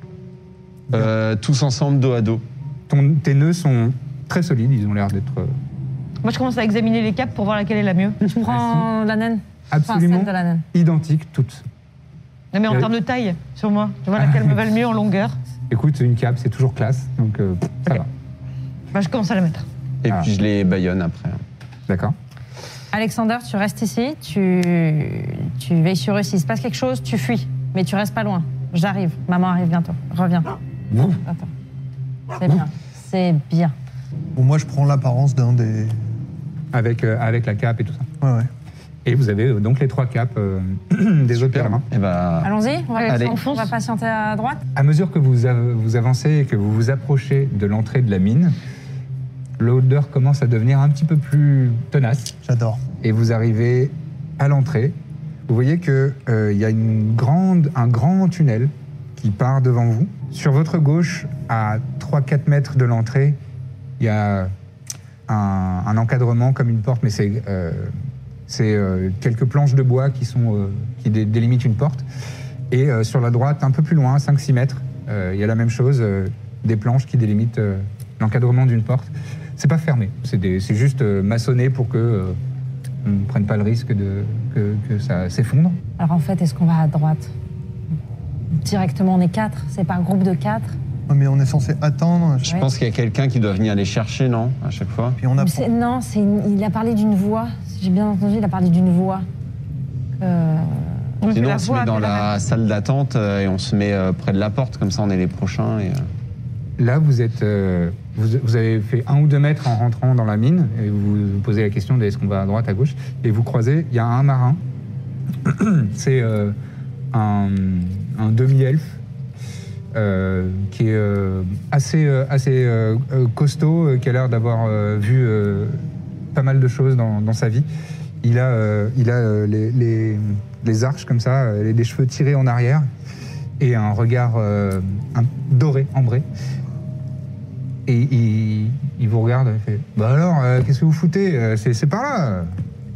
Speaker 5: Euh, tous ensemble, dos à dos.
Speaker 4: Ton- Tes nœuds sont très solides, ils ont l'air d'être euh,
Speaker 8: Moi, je commence à examiner les capes pour voir laquelle est la mieux.
Speaker 7: Je prends la naine.
Speaker 4: absolument
Speaker 7: Enfin, celle de la naine.
Speaker 4: identiques toutes.
Speaker 8: Non, mais en
Speaker 4: Euh,
Speaker 8: termes de taille, sur moi. Je vois laquelle me va le mieux en longueur.
Speaker 4: Écoute, une cape, c'est toujours classe, donc euh, ça
Speaker 8: Ok.
Speaker 4: va.
Speaker 8: Bah, je commence à la mettre.
Speaker 5: Et
Speaker 4: Ah.
Speaker 5: puis je les baïonne après.
Speaker 4: D'accord.
Speaker 7: Alexander, tu restes ici, tu, tu veilles sur eux. S'il se passe quelque chose, tu fuis. Mais tu restes pas loin. J'arrive. Maman arrive bientôt. Reviens. Attends. C'est bien. C'est bien.
Speaker 6: Bon, moi, je prends l'apparence d'un des.
Speaker 4: Avec, euh, avec la cape et tout ça.
Speaker 6: Ouais, ouais.
Speaker 4: Et vous avez euh, donc les trois capes euh, des autres pèlerins.
Speaker 5: Et bah,
Speaker 7: Allons-y. On va,
Speaker 5: Allez.
Speaker 7: on fonce. On va patienter à droite.
Speaker 4: À mesure que vous, av- vous avancez et que vous vous approchez de l'entrée de la mine, l'odeur commence à devenir un petit peu plus tenace.
Speaker 6: J'adore.
Speaker 4: Et vous arrivez à l'entrée. Vous voyez qu'il y a une grande, un grand tunnel qui part devant vous. Sur votre gauche, à trois à quatre mètres de l'entrée, il y a un, un encadrement comme une porte, mais c'est euh, c'est, euh, quelques planches de bois qui, sont, euh, qui dé- délimitent une porte. Et euh, sur la droite, un peu plus loin, cinq à six mètres, euh, il y a la même chose, euh, des planches qui délimitent euh, l'encadrement d'une porte. C'est pas fermé, c'est des- c'est juste euh, maçonné pour que euh, on ne prenne pas le risque de, que, que ça s'effondre.
Speaker 7: Alors en fait, est-ce qu'on va à droite? Directement, on est quatre. C'est pas un groupe de quatre.
Speaker 6: Ouais, mais on est censé attendre.
Speaker 5: je
Speaker 7: Ouais.
Speaker 5: pense qu'il y a quelqu'un qui doit venir les chercher, non? À chaque fois.
Speaker 6: Puis on a.
Speaker 7: Mais c'est- Non, c'est une- il a parlé d'une voix. Si j'ai bien entendu, il a parlé d'une voix. Euh,
Speaker 8: On fait
Speaker 5: Sinon,
Speaker 8: la
Speaker 5: on se
Speaker 8: voix
Speaker 5: met dans
Speaker 8: avec la
Speaker 5: la salle d'attente euh, et on se met euh, près de la porte, comme ça on est les prochains. Et, euh,
Speaker 4: Là, vous, êtes, euh, vous, vous avez fait un ou deux mètres en rentrant dans la mine, et vous vous posez la question de est-ce qu'on va à droite, à gauche, et vous croisez, il y a un marin, c'est euh, un, un demi-elfe, euh, qui est euh, assez, euh, assez euh, euh, costaud, euh, qui a l'air d'avoir euh, vu euh, pas mal de choses dans, dans sa vie. Il a, euh, il a euh, les, les, les arches comme ça, euh, les, les cheveux tirés en arrière, et un regard euh, un- doré, ambré. Et il, il vous regarde et fait « Bah alors, euh, qu'est-ce que vous foutez Euh, C'est c'est par là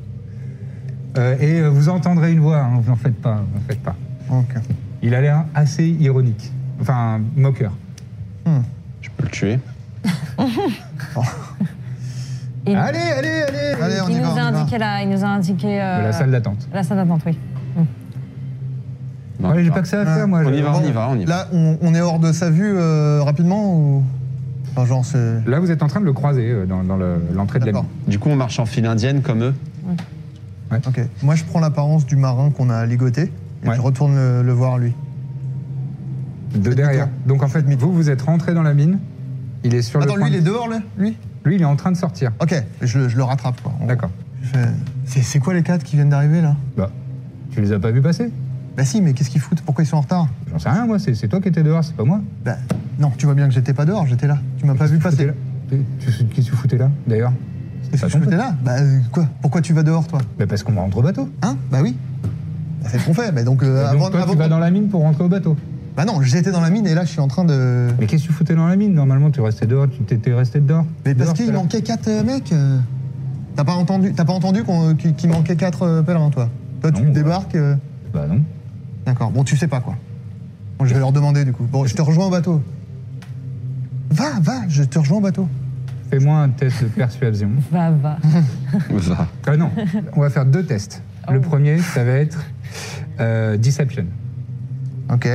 Speaker 4: Euh, Et euh, vous entendrez une voix, hein, vous n'en faites pas, vous en faites pas. »
Speaker 6: Ok.
Speaker 4: Il a l'air assez ironique, enfin moqueur.
Speaker 5: je peux le tuer.
Speaker 7: Il,
Speaker 4: Allez, allez, allez
Speaker 6: Allez, on
Speaker 7: il
Speaker 6: y
Speaker 7: nous
Speaker 6: va, on
Speaker 7: a
Speaker 6: y va.
Speaker 7: indiqué la, il nous a indiqué euh,
Speaker 4: La salle d'attente.
Speaker 7: la salle d'attente, oui.
Speaker 5: Bon,
Speaker 4: Ouais, j'ai
Speaker 5: on
Speaker 4: pas
Speaker 5: y
Speaker 4: que ça à
Speaker 6: Ouais.
Speaker 4: faire, moi.
Speaker 5: va. On
Speaker 4: je-
Speaker 5: y va, on y va, on y va.
Speaker 6: Là, on, on est hors de sa vue euh, rapidement ou. Enfin, genre, c'est.
Speaker 4: Là, vous êtes en train de le croiser euh, dans, dans le- l'entrée de la
Speaker 6: D'accord.
Speaker 4: mine.
Speaker 5: Du coup, on marche en file indienne comme eux.
Speaker 6: Ok. Moi, je prends l'apparence du marin qu'on a ligoté et
Speaker 4: Ouais.
Speaker 6: je retourne le, le voir lui.
Speaker 4: De derrière. Donc, en fait, vous, vous êtes rentré dans la mine. Il est sur
Speaker 6: Attends,
Speaker 4: le
Speaker 6: lui,
Speaker 4: point
Speaker 6: il est
Speaker 4: de-
Speaker 6: dehors, là Lui
Speaker 4: Lui, il est en train de sortir.
Speaker 6: Ok, je, le- je le rattrape, quoi. En
Speaker 4: D'accord.
Speaker 6: gros. Je fais, C'est c'est quoi les quatre qui viennent d'arriver, là
Speaker 4: Bah, tu les as pas vus passer?
Speaker 6: Bah si, mais qu'est-ce qu'ils foutent Pourquoi ils sont en retard
Speaker 4: J'en sais rien, moi. C'est c'est toi qui étais dehors, c'est pas moi.
Speaker 6: Bah, non, tu vois bien que j'étais pas dehors, j'étais là. Tu m'as pas vu
Speaker 4: Qu'est-ce que tu
Speaker 6: passer.
Speaker 4: foutais là Tu- tu- Qu'est-ce que tu foutais là, d'ailleurs?
Speaker 6: Qu'est-ce
Speaker 4: pas
Speaker 6: que
Speaker 4: ton
Speaker 6: je foutais
Speaker 4: faute.
Speaker 6: là Bah, euh, quoi Pourquoi tu vas dehors, toi
Speaker 4: Bah, parce qu'on rentre au bateau.
Speaker 6: Hein Bah oui. Bah, c'est ce qu'on fait. Bah, donc, euh,
Speaker 4: Et
Speaker 6: avant,
Speaker 4: donc, toi,
Speaker 6: avant-
Speaker 4: tu vas dans la mine pour rentrer au bateau.
Speaker 6: Bah non, j'étais dans la mine et là, je suis en train de.
Speaker 4: Mais qu'est-ce que tu foutais dans la mine? Normalement, tu restais dehors, tu t'étais resté dehors.
Speaker 6: Mais parce
Speaker 4: Dehors,
Speaker 6: qu'il
Speaker 4: tout à l'heure.
Speaker 6: manquait quatre euh, mecs. euh. T'as pas entendu T'as pas entendu qu'on- qu'il qu'il manquait quatre euh, pèlerins, toi Toi, tu
Speaker 4: Non, ouais.
Speaker 6: débarques. euh,
Speaker 4: Bah non.
Speaker 6: D'accord. Bon, tu sais pas quoi. Bon, je vais leur demander du coup. Bon, je te rejoins au bateau. Va, va, je te rejoins au bateau.
Speaker 4: Fais-moi un test de persuasion.
Speaker 7: Va, va.
Speaker 5: Va.
Speaker 4: Ah non, on va faire deux tests. Le premier, ça va être euh, Deception.
Speaker 6: Ok.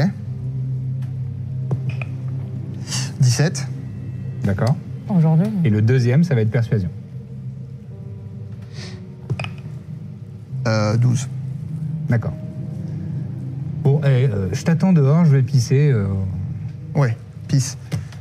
Speaker 6: dix-sept.
Speaker 4: D'accord.
Speaker 7: Aujourd'hui.
Speaker 4: Et le deuxième, ça va être Persuasion.
Speaker 6: Euh, douze.
Speaker 4: D'accord. Bon, eh, euh, je t'attends dehors, je vais pisser. euh,
Speaker 6: Ouais, pisse.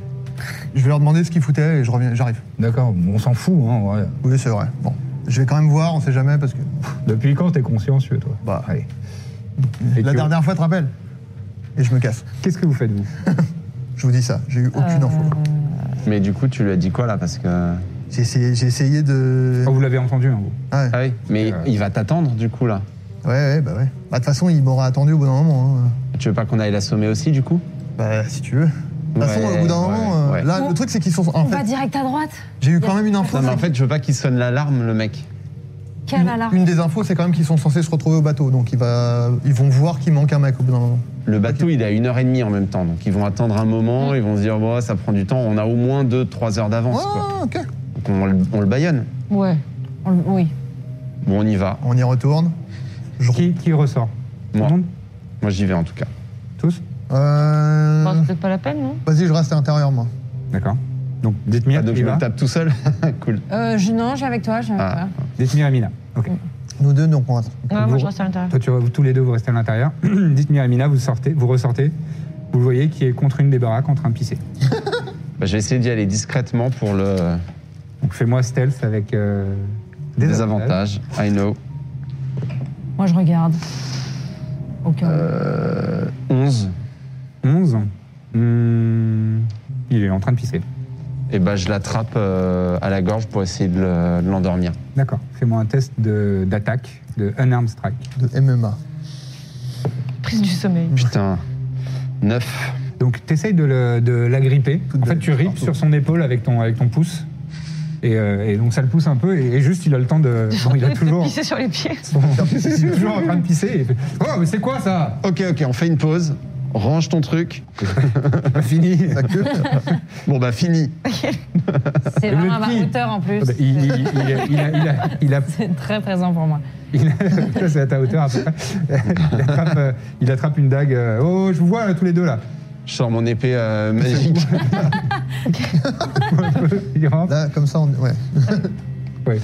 Speaker 6: Je vais leur demander ce qu'ils foutaient et je reviens, j'arrive.
Speaker 4: D'accord, on s'en fout, hein, ouais.
Speaker 6: Oui, c'est vrai. Bon. Je vais quand même voir, on sait jamais parce que.
Speaker 4: Depuis quand t'es consciencieux, toi?
Speaker 6: Bah.
Speaker 4: Allez. Et
Speaker 6: La
Speaker 4: tu-
Speaker 6: dernière fois, tu te rappelles Et je me casse.
Speaker 4: Qu'est-ce que vous faites, vous?
Speaker 6: Je vous dis ça, j'ai eu aucune
Speaker 7: Euh,
Speaker 6: info.
Speaker 5: Mais du coup, tu lui as dit quoi là? Parce que.
Speaker 6: J'ai essayé, j'ai essayé de.
Speaker 4: Oh, vous l'avez entendu, hein, vous.
Speaker 6: Ouais,
Speaker 5: Ah oui, mais
Speaker 4: Euh.
Speaker 5: il va t'attendre du coup là.
Speaker 6: ouais, ouais, bah ouais. Bah, de toute façon, il m'aura attendu au bout d'un moment. hein.
Speaker 5: Tu veux pas qu'on aille l'assommer aussi du coup?
Speaker 6: Bah, si tu veux. De toute façon,
Speaker 5: Ouais,
Speaker 6: au bout d'un
Speaker 5: ouais,
Speaker 6: moment, euh,
Speaker 5: ouais.
Speaker 6: là,
Speaker 7: On-
Speaker 6: le truc, c'est qu'ils sont. En
Speaker 7: On va
Speaker 6: fait,
Speaker 7: direct à droite.
Speaker 6: j'ai eu quand même une info.
Speaker 5: Non, mais en fait, je veux pas qu'il sonne l'alarme, le mec.
Speaker 7: Quelle
Speaker 6: Une,
Speaker 7: alarme.
Speaker 6: une des infos, c'est quand même qu'ils sont censés se retrouver au bateau. Donc, il va, ils vont voir qu'il manque un mec au bout d'un moment.
Speaker 5: Le bateau, il est à une heure et demie en même temps. Donc, ils vont attendre un moment, ils vont se dire, bon, ça prend du temps. On a au moins deux, trois heures d'avance, quoi.
Speaker 6: Ah, ok.
Speaker 5: Donc, on, le- on le baïonne.
Speaker 7: Ouais. On le- oui.
Speaker 5: Bon, on y va.
Speaker 6: On y retourne. Je...
Speaker 4: Qui, qui ressort?
Speaker 5: Moi.
Speaker 4: Tout le monde?
Speaker 5: Moi, j'y vais en tout cas.
Speaker 4: Tous?
Speaker 6: Euh...
Speaker 8: Bon, c'est peut-être pas la peine, non?
Speaker 6: Vas-y, je reste à l'intérieur, moi.
Speaker 4: D'accord. Donc, Dithmir,
Speaker 5: Ah, donc,
Speaker 4: tu
Speaker 5: je
Speaker 4: y
Speaker 5: me
Speaker 4: vas?
Speaker 5: le tape tout seul. Cool.
Speaker 7: Euh, je, non, je vais avec toi. Je vais avec
Speaker 5: Ah.
Speaker 7: toi.
Speaker 4: Dithmir et Mina. Ok.
Speaker 6: Nous deux, donc on reste.
Speaker 8: Ouais, moi
Speaker 4: Vous-
Speaker 8: je reste à l'intérieur.
Speaker 4: Toi, tu, vous- tous les deux, vous restez à l'intérieur. Dithmir et Mina, vous sortez, vous ressortez. Vous le voyez qui est contre une des baraques en train de pisser.
Speaker 5: Bah, je vais essayer d'y aller discrètement pour le
Speaker 4: Donc, fais-moi stealth avec euh, des,
Speaker 5: des
Speaker 4: avantages.
Speaker 5: avantages. I know.
Speaker 7: Moi, je regarde. Au cas où.
Speaker 5: Euh, onze.
Speaker 4: onze. Hmm, il est en train de pisser.
Speaker 5: Et bah, je l'attrape euh, à la gorge pour essayer de le- de l'endormir.
Speaker 4: D'accord. Fais-moi un test de- d'attaque, de, unarmed strike.
Speaker 6: De M M A.
Speaker 8: Prise du sommeil.
Speaker 5: Putain. neuf.
Speaker 4: Donc, tu essayes de, le- de l'agripper.
Speaker 6: Toute
Speaker 4: En fait,
Speaker 6: belle
Speaker 4: tu ripes
Speaker 6: partout.
Speaker 4: sur son épaule avec ton, avec ton pouce. Et, euh, et donc, ça le pousse un peu. Et, et juste, il a le temps de. Bon, il a toujours.
Speaker 8: Pisser sur les pieds.
Speaker 4: il est toujours en train de pisser. Et il fait, oh, mais c'est quoi ça?
Speaker 5: Ok, ok, on fait une pause. Range ton truc.
Speaker 4: Pas fini.
Speaker 6: La queue.
Speaker 5: Bon, bah, fini.
Speaker 7: C'est
Speaker 4: vous
Speaker 7: vraiment
Speaker 4: êtes
Speaker 7: à
Speaker 4: qui
Speaker 7: ma hauteur en plus.
Speaker 4: Ah bah, il, il- il- il a, il a- il a- il a-
Speaker 7: C'est très présent pour moi.
Speaker 4: il a- ça, c'est à ta hauteur à peu près. Il attrape, euh, il attrape une dague. euh, oh, je vous vois là, tous les deux là.
Speaker 5: Je sors mon épée euh, magique.
Speaker 4: Il rentre.
Speaker 6: Là, comme ça, on. Ouais.
Speaker 4: Ouais.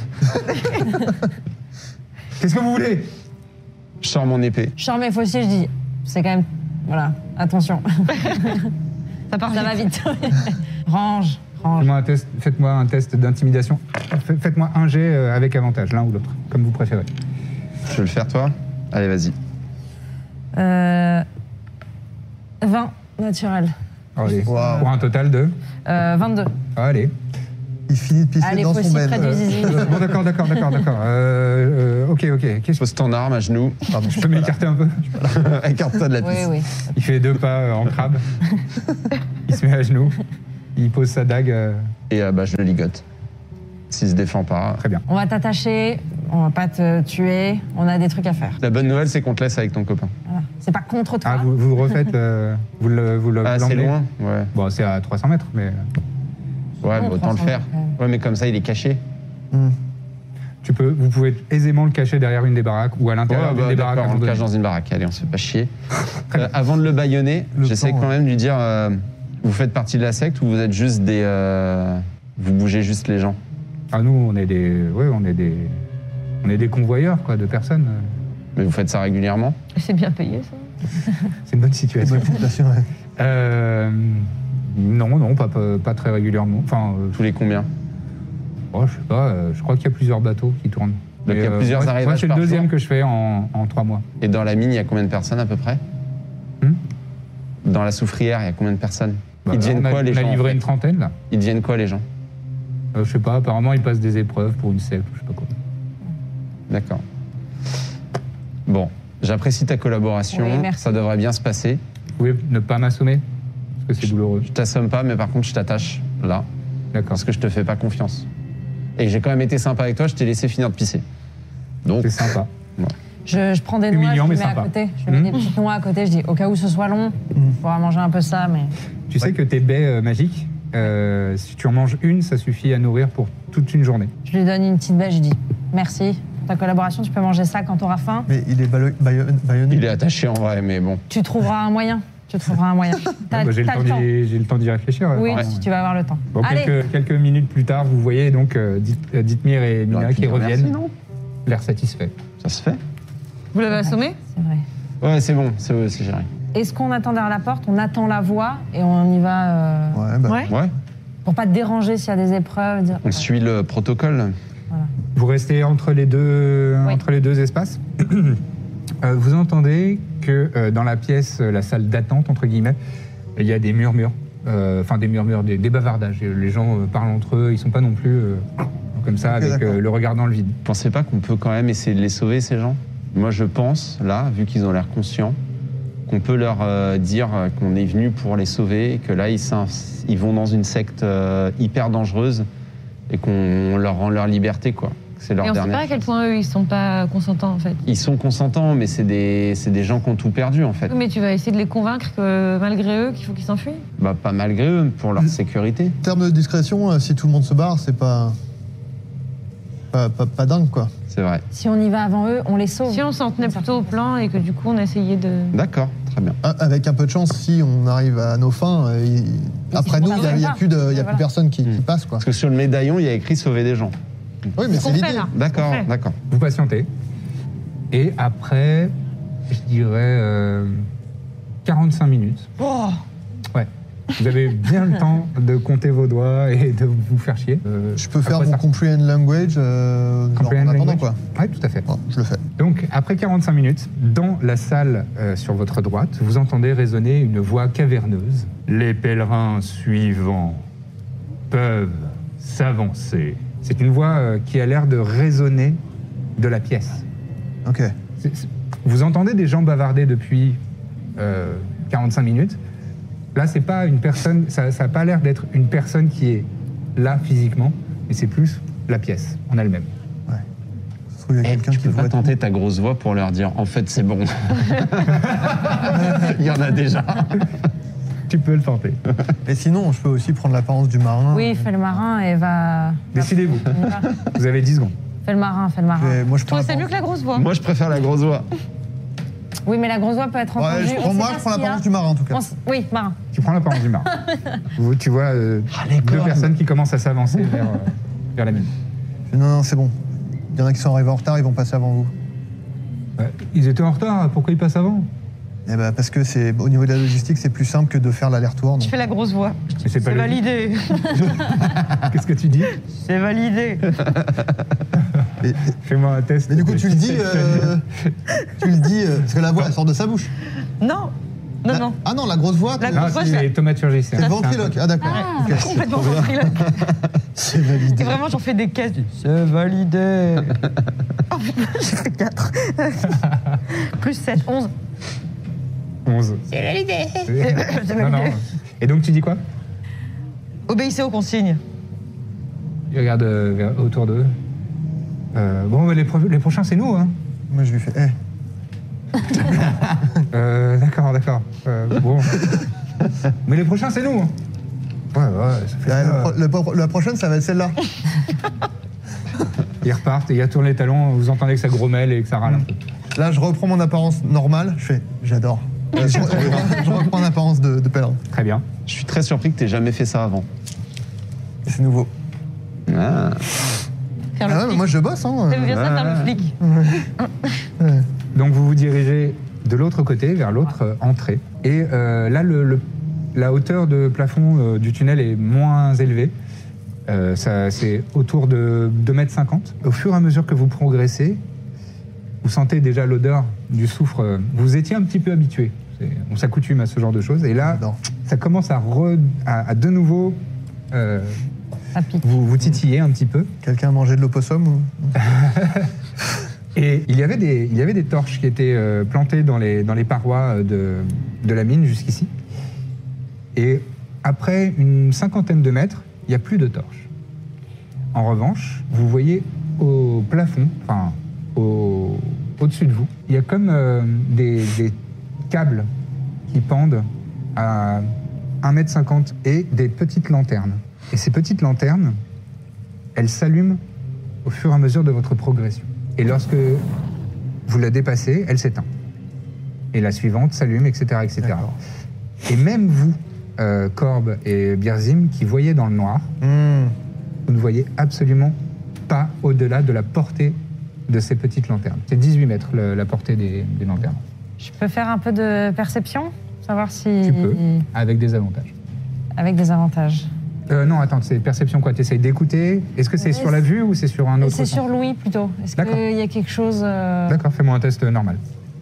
Speaker 4: Qu'est-ce que vous voulez?
Speaker 5: Je sors mon épée.
Speaker 7: Je sors mes fossiles, je dis, c'est quand même. Voilà, attention.
Speaker 8: Ça part
Speaker 7: Ça va
Speaker 8: vite.
Speaker 7: vite. Range, range.
Speaker 4: Faites-moi un test, faites-moi un test d'intimidation. Faites- Faites-moi un jet euh, avec avantage, l'un ou l'autre, comme vous préférez.
Speaker 5: Tu veux le faire, toi? Allez, vas-y.
Speaker 7: Euh, vingt naturel.
Speaker 4: Allez.
Speaker 6: Wow.
Speaker 4: Pour un total de.
Speaker 7: Euh, vingt-deux.
Speaker 4: Allez.
Speaker 6: Il finit de pisser
Speaker 7: Allez,
Speaker 6: dans son
Speaker 7: fossile
Speaker 6: bed.
Speaker 7: près du zizi.
Speaker 4: Euh, bon, d'accord, d'accord, d'accord, d'accord. Euh, euh, ok, ok. Qu'est-ce que
Speaker 5: Pose ton arme à genoux.
Speaker 6: Pardon,
Speaker 4: je peux m'écarter un peu?
Speaker 5: Écarte-toi de la
Speaker 7: Oui,
Speaker 5: piste.
Speaker 7: oui.
Speaker 4: Il fait deux pas euh, en crabe. Il se met à genoux. Il pose sa dague. euh,
Speaker 5: Et euh, bah, je le ligote. S'il se défend pas.
Speaker 4: Très bien.
Speaker 7: On va t'attacher, on va pas te tuer, on a des trucs à faire.
Speaker 5: La bonne nouvelle, c'est qu'on te laisse avec ton copain.
Speaker 7: Voilà. C'est pas contre toi.
Speaker 4: Ah, vous, vous refaites. euh, vous le, vous le,
Speaker 5: Ah,
Speaker 4: vous
Speaker 5: c'est
Speaker 4: l'emmenez
Speaker 5: loin? Ouais.
Speaker 4: Bon, c'est à trois cents mètres, mais.
Speaker 5: Ouais, mais
Speaker 7: On
Speaker 5: autant
Speaker 7: prend
Speaker 5: le
Speaker 7: son
Speaker 5: faire.
Speaker 7: temps, quand même.
Speaker 5: Ouais, mais comme ça, il est caché.
Speaker 6: Hmm.
Speaker 4: Tu peux, vous pouvez aisément le cacher derrière une des baraques ou à
Speaker 5: Ouais,
Speaker 4: l'intérieur d'une
Speaker 5: bah,
Speaker 4: des baraques.
Speaker 5: d'accord, on le
Speaker 4: abandonnées.
Speaker 5: cache dans une baraque. Allez, on se fait pas chier. Euh, avant de le bâillonner,
Speaker 6: Le
Speaker 5: j'essaie
Speaker 6: plan,
Speaker 5: quand
Speaker 6: ouais.
Speaker 5: même de lui dire euh, vous faites partie de la secte ou vous êtes juste des. euh, vous bougez juste les gens.
Speaker 4: Ah, nous, on est des, ouais, on est des, on est des convoyeurs, quoi, de personnes.
Speaker 5: Mais vous faites ça régulièrement.
Speaker 8: C'est bien payé, ça.
Speaker 4: C'est une bonne situation.
Speaker 6: Bonne situation, ouais.
Speaker 4: Euh, non, non, pas, pas, pas très régulièrement. Enfin, euh,
Speaker 5: Tous les combien
Speaker 4: oh, je sais pas. euh, je crois qu'il y a plusieurs bateaux qui tournent.
Speaker 5: Donc, il y a
Speaker 4: Mais,
Speaker 5: plusieurs
Speaker 4: moi, moi,
Speaker 5: arrivages
Speaker 4: c'est le
Speaker 5: par
Speaker 4: deuxième
Speaker 5: jour.
Speaker 4: que je fais en, en trois mois.
Speaker 5: Et dans la mine, il y a combien de personnes à peu près
Speaker 4: Hmm
Speaker 5: Dans la soufrière, il y a combien de personnes
Speaker 4: Bah,
Speaker 5: Ils
Speaker 4: là,
Speaker 5: deviennent
Speaker 4: on a,
Speaker 5: quoi les
Speaker 4: on a
Speaker 5: gens en
Speaker 4: livré
Speaker 5: fait
Speaker 4: une trentaine là.
Speaker 5: Ils deviennent quoi les gens
Speaker 4: Euh, je sais pas. Apparemment, ils passent des épreuves pour une secte, ou je sais pas quoi.
Speaker 5: D'accord. Bon, j'apprécie ta collaboration.
Speaker 7: Oui, merci.
Speaker 5: Ça devrait bien se passer.
Speaker 4: Vous pouvez ne pas m'assommer parce que c'est douloureux.
Speaker 5: Je t'assomme pas, mais par contre, je t'attache là.
Speaker 4: D'accord.
Speaker 5: Parce que je te fais pas confiance. Et j'ai quand même été sympa avec toi, je t'ai laissé finir de pisser. Donc,
Speaker 4: C'est sympa.
Speaker 7: Je, je prends des
Speaker 4: Humiliant,
Speaker 7: noix, je
Speaker 4: mais
Speaker 7: les mets
Speaker 4: sympa.
Speaker 7: à côté. Je mets
Speaker 4: Mhm.
Speaker 7: des petites noix à côté. Je dis au cas où ce soit long, on pourra manger un peu ça, mais
Speaker 4: Tu sais que tes baies euh, magiques, euh, si tu en manges une, ça suffit à nourrir pour toute une journée.
Speaker 7: je lui donne une petite baie. Je dis merci pour ta collaboration. Tu peux manger ça quand tu auras faim.
Speaker 6: Mais il est baillon- baillon- baïonné.
Speaker 5: il est attaché en vrai, mais bon.
Speaker 7: Tu trouveras un moyen. Tu trouveras un moyen. T'as
Speaker 4: Bah, j'ai, le
Speaker 7: t'as
Speaker 4: temps
Speaker 7: le temps.
Speaker 4: d'y, j'ai le temps d'y réfléchir.
Speaker 7: Oui,
Speaker 4: apparemment.
Speaker 7: tu vas avoir le temps.
Speaker 4: Bon,
Speaker 7: Allez,
Speaker 4: quelques, quelques minutes plus tard, vous voyez donc euh, Dit- euh, Dithmir et
Speaker 5: Il aurait
Speaker 4: Mina
Speaker 5: pu
Speaker 4: qui
Speaker 5: dire
Speaker 4: reviennent,
Speaker 5: merci, non
Speaker 4: l'air satisfait.
Speaker 5: Ça se fait
Speaker 8: Vous l'avez assommé?
Speaker 7: c'est vrai.
Speaker 5: Ouais, c'est bon, c'est, c'est géré.
Speaker 7: Est-ce qu'on attend derrière la porte? On attend la voix et on y va euh,
Speaker 6: Ouais, bah,
Speaker 8: Ouais.
Speaker 5: Ouais,
Speaker 7: pour pas te déranger s'il y a des épreuves. dire-
Speaker 5: on suit le protocole.
Speaker 4: Vous restez entre les deux,
Speaker 7: Oui.
Speaker 4: entre les deux espaces. Euh, vous entendez que euh, dans la pièce, euh, la salle d'attente, entre guillemets, il y a des murmures. Euh, Enfin, des murmures, des, des bavardages. Et les gens euh, parlent entre eux, ils sont pas non plus euh, comme ça,
Speaker 6: Ok,
Speaker 4: avec
Speaker 6: d'accord.
Speaker 4: euh, le regard dans le vide.
Speaker 5: Vous pensez pas qu'on peut quand même essayer de les sauver, ces gens? Moi, je pense, là, vu qu'ils ont l'air conscients, qu'on peut leur euh, dire euh, qu'on est venu pour les sauver, et que là, ils, s'ins- ils vont dans une secte euh, hyper dangereuse et qu'on leur rend leur liberté, quoi. C'est leur
Speaker 8: Et on sait
Speaker 5: dernière
Speaker 8: pas à quel
Speaker 5: chance.
Speaker 8: point eux, ils sont pas consentants, en fait.
Speaker 5: Ils sont consentants, mais c'est des, c'est des gens qui ont tout perdu, en fait.
Speaker 8: Oui, mais tu vas essayer de les convaincre que malgré eux, qu'il faut qu'ils s'enfuient.
Speaker 5: Bah, pas malgré eux, pour leur sécurité.
Speaker 6: en termes de discrétion, euh, si tout le monde se barre, c'est pas pas, pas, pas dingue, quoi.
Speaker 5: C'est vrai.
Speaker 7: Si on y va avant eux, on les sauve.
Speaker 8: Si on s'en tenait plutôt au plan et que du coup, on essayait de.
Speaker 5: D'accord, très bien.
Speaker 6: Ah, Avec un peu de chance, si on arrive à nos fins, euh, il- après
Speaker 7: si
Speaker 6: nous,
Speaker 7: on
Speaker 6: il n'y a, il y a
Speaker 7: va.
Speaker 6: plus, de, il y a
Speaker 7: Voilà.
Speaker 6: plus personne qui, qui
Speaker 5: Mm.
Speaker 6: passe, quoi.
Speaker 5: Parce que sur le médaillon, il y a écrit sauver des gens.
Speaker 6: Oui, mais
Speaker 8: Ce
Speaker 6: c'est
Speaker 8: qu'on fait,
Speaker 6: l'idée.
Speaker 8: là.
Speaker 5: D'accord,
Speaker 8: fait.
Speaker 5: d'accord.
Speaker 4: Vous patientez. Et après, je dirais euh, quarante-cinq minutes.
Speaker 8: Oh
Speaker 4: Ouais. Vous avez bien le temps de compter vos doigts et de vous faire chier. Euh,
Speaker 6: Je peux faire
Speaker 4: après
Speaker 6: mon
Speaker 4: ça-
Speaker 6: comprehend language euh, genre
Speaker 4: comprehend
Speaker 6: en attendant,
Speaker 4: language.
Speaker 6: quoi.
Speaker 4: Ouais, tout à fait.
Speaker 6: Bon, je le fais.
Speaker 4: Donc, après quarante-cinq minutes, dans la salle euh, sur votre droite, vous entendez résonner une voix caverneuse. Les pèlerins suivants peuvent s'avancer. C'est une voix euh, qui a l'air de résonner de la pièce.
Speaker 6: Ok.
Speaker 4: C'est- c'est- Vous entendez des gens bavarder depuis euh, quarante-cinq minutes. Là, c'est pas une personne, ça n'a pas l'air d'être une personne qui est là physiquement, mais c'est plus la pièce en elle-même.
Speaker 6: Ça se trouve, il y a
Speaker 5: Eh,
Speaker 6: quelqu'un
Speaker 5: tu
Speaker 6: qui
Speaker 5: peux pas
Speaker 6: voit.
Speaker 5: tenter ta grosse voix pour leur dire en fait c'est bon. Il y en a déjà.
Speaker 4: Tu peux le tenter.
Speaker 6: Et sinon, je peux aussi prendre l'apparence du marin.
Speaker 7: Oui, fais le marin et va.
Speaker 4: Décidez-vous.
Speaker 7: On y va.
Speaker 4: Vous avez dix secondes.
Speaker 7: Fais le marin, fais le
Speaker 6: Je
Speaker 7: marin.
Speaker 6: vais- moi, je
Speaker 8: Je
Speaker 6: prends
Speaker 8: trouve que c'est mieux
Speaker 6: l'apparence.
Speaker 8: que la grosse voix.
Speaker 5: Moi je préfère la grosse voix.
Speaker 7: Oui, mais la grosse voix peut être entendue.
Speaker 6: Ouais, je
Speaker 7: On
Speaker 6: prends,
Speaker 7: sait
Speaker 6: moi,
Speaker 7: pas
Speaker 6: je prends
Speaker 7: ce qu'il y a.
Speaker 6: l'apparence du marin, en tout cas.
Speaker 7: On s- Oui, marin.
Speaker 4: Tu prends l'apparence du marin. Vous- tu vois euh, deux
Speaker 5: cornes.
Speaker 4: personnes qui commencent à s'avancer vers, euh, vers la mine.
Speaker 6: Non, non, c'est bon. Il y en a qui sont arrivés en retard, ils vont passer avant vous.
Speaker 4: Euh, ils étaient en retard, pourquoi ils passent avant?
Speaker 6: Eh ben, parce que c'est au niveau de la logistique, c'est plus simple que de faire l'aller-retour.
Speaker 8: Je
Speaker 6: donc.
Speaker 8: fais la grosse voix.
Speaker 4: Mais c'est pas
Speaker 8: C'est
Speaker 4: le-
Speaker 8: validé.
Speaker 4: Qu'est-ce que tu dis?
Speaker 8: C'est validé.
Speaker 6: Et-
Speaker 4: Fais-moi un test.
Speaker 6: mais du coup,
Speaker 4: de
Speaker 6: tu le dis,
Speaker 4: deception.
Speaker 6: euh, tu le dis, euh, parce que la voix, elle sort de sa bouche.
Speaker 8: Non. Non,
Speaker 6: La-
Speaker 8: non.
Speaker 6: Ah non, la grosse voix,
Speaker 8: La
Speaker 6: t'es-
Speaker 4: Non,
Speaker 8: grosse voix,
Speaker 4: c'est
Speaker 8: c'est-
Speaker 4: thaumaturgie.
Speaker 6: c'est le ventriloque. Ah d'accord. Ok.
Speaker 8: Complètement ventriloque.
Speaker 6: C'est validé.
Speaker 8: Et vraiment, j'en fais des caisses. C'est validé. Oh putain, j'ai fait quatre. Plus sept, onze.
Speaker 4: onze.
Speaker 8: C'est validé.
Speaker 4: C'est-
Speaker 8: C'est
Speaker 4: Non, non.
Speaker 8: validé.
Speaker 4: Et donc tu dis quoi?
Speaker 8: Obéissez aux consignes.
Speaker 4: Ils regardent euh, vers- autour d'eux. Euh, bon, mais les, pro- les prochains, c'est nous, hein.
Speaker 6: Moi, je lui fais, eh,
Speaker 4: Euh, d'accord, d'accord. Euh, bon. Mais les prochains, c'est nous. Hein. Ouais, ouais, ça fait
Speaker 6: La,
Speaker 4: ça.
Speaker 6: le pro- le- la prochaine, ça va être celle-là.
Speaker 4: Ils repartent et il retourne les talons, vous entendez que ça grommelle et que ça râle un peu.
Speaker 6: Là, je reprends mon apparence normale. Je fais, j'adore. je, je- je reprends l'apparence de, de pèlerin.
Speaker 4: Très bien.
Speaker 5: Je suis très surpris que tu jamais fait ça avant.
Speaker 6: C'est nouveau.
Speaker 5: Ah.
Speaker 8: Faire le
Speaker 6: Ah ouais, mais
Speaker 8: flic.
Speaker 6: moi, je bosse. Hein.
Speaker 8: T'aimes bien ça, faire le flic.
Speaker 4: Donc vous vous dirigez de l'autre côté, vers l'autre euh, entrée. Et euh, là, le, le- la hauteur de plafond euh, du tunnel est moins élevée. Euh, ça, c'est autour de deux mètres cinquante. Au fur et à mesure que vous progressez, vous sentez déjà l'odeur du soufre. euh, Vous étiez un petit peu habitué. C'est- On s'accoutume à ce genre de choses. Et là,
Speaker 6: J'adore.
Speaker 4: ça commence à, re- à, à de nouveau euh,
Speaker 7: Ça pique.
Speaker 4: vous, vous titiller un petit peu.
Speaker 6: Quelqu'un a mangé de l'opossum ou...
Speaker 4: Et il y avait des, il y avait des torches qui étaient euh, plantées dans les, dans les parois de, de la mine jusqu'ici. Et après une cinquantaine de mètres, il n'y a plus de torches. En revanche, vous voyez au plafond, enfin au, au-dessus de vous, il y a comme euh, des, des câbles qui pendent à un mètre cinquante et des petites lanternes. Et ces petites lanternes, elles s'allument au fur et à mesure de votre progression. Et lorsque vous la dépassez, elle s'éteint. Et la suivante s'allume, et cetera, et cetera.
Speaker 6: D'accord.
Speaker 4: Et même vous, euh, Corbe et Birzim, qui voyez dans le noir,
Speaker 6: Mmh.
Speaker 4: vous ne voyez absolument pas au-delà de la portée de ces petites lanternes. C'est dix-huit mètres le- la portée des, des lanternes.
Speaker 7: Je peux faire un peu de perception, savoir si.
Speaker 4: Tu peux, avec des avantages.
Speaker 7: Avec des avantages.
Speaker 4: Euh, non, attends, c'est perception quoi? Tu essayes d'écouter? Est-ce que c'est
Speaker 7: Ouais,
Speaker 4: sur la vue ou c'est sur un autre
Speaker 7: C'est
Speaker 4: sens?
Speaker 7: sur Louis plutôt. Est-ce
Speaker 4: D'accord.
Speaker 7: qu'il y a quelque chose. euh,
Speaker 4: D'accord, fais-moi un test normal.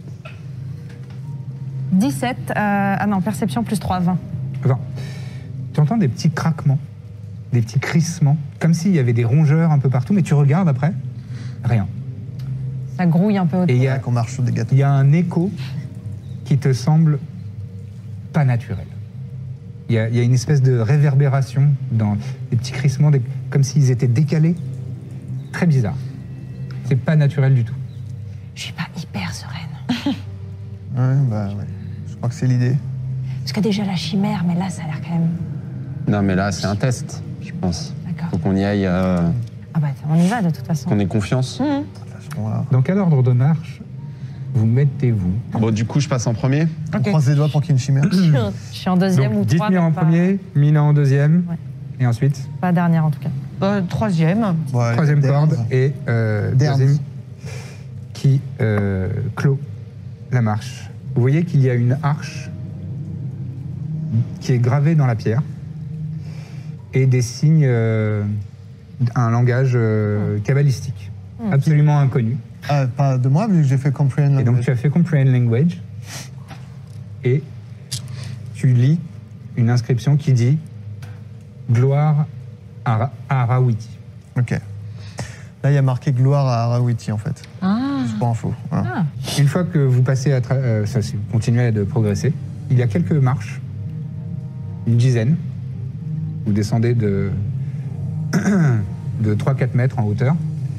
Speaker 7: dix-sept. euh, ah non, perception plus trois, vingt.
Speaker 4: vingt. Tu entends des petits craquements, des petits crissements, comme s'il y avait des rongeurs un peu partout, mais tu regardes après, rien.
Speaker 7: Ça grouille un peu autour.
Speaker 4: Et il y a,
Speaker 6: Qu'on marche sur des gâteaux.
Speaker 4: il y a un écho qui te semble pas naturel. Il y a, il y a une espèce de réverbération dans des petits crissements, des- comme s'ils étaient décalés. Très bizarre. C'est pas naturel du tout.
Speaker 7: Je suis pas hyper sereine.
Speaker 6: Ouais, bah ouais. Je crois que c'est l'idée.
Speaker 7: Parce que déjà la chimère, mais là ça a l'air quand même.
Speaker 5: Non, mais là, c'est un test, je pense.
Speaker 7: D'accord.
Speaker 5: Faut qu'on y aille, euh,
Speaker 7: Ah bah on y va de toute façon.
Speaker 5: qu'on ait confiance.
Speaker 6: De toute façon, là.
Speaker 4: Donc à l'ordre de marche, vous mettez-vous.
Speaker 5: Bon, du coup, je passe en premier.
Speaker 6: On croise les doigts pour qu'il y ait une chimère.
Speaker 7: Je suis en deuxième ou
Speaker 4: Donc
Speaker 7: trois.
Speaker 4: Dithmir en
Speaker 7: mais pas-
Speaker 4: premier, Mina en deuxième,
Speaker 7: Ouais.
Speaker 4: et ensuite
Speaker 7: Pas dernière en tout cas.
Speaker 8: Euh, troisième.
Speaker 6: Bon, allez,
Speaker 4: troisième
Speaker 6: Derns.
Speaker 4: corde et euh,
Speaker 6: Derns.
Speaker 4: Birzim qui euh, clôt la marche. Vous voyez qu'il y a une arche qui est gravée dans la pierre et des signes, euh, un langage euh, kabbalistique, absolument inconnu.
Speaker 6: Ah, pas de moi, vu que j'ai fait Comprehend
Speaker 4: Et donc
Speaker 6: Language.
Speaker 4: tu as fait Comprehend Language et tu lis une inscription qui dit Gloire à, Ra- à Rawiti.
Speaker 6: Ok. Là, il y a marqué gloire à Arawiti, en fait.
Speaker 8: Ah.
Speaker 6: Juste pour info. Voilà.
Speaker 4: Une fois que vous passez à tra- euh, ça, c'est- vous continuez de progresser, il y a quelques marches, une dizaine. Vous descendez de, de trois à quatre mètres en hauteur.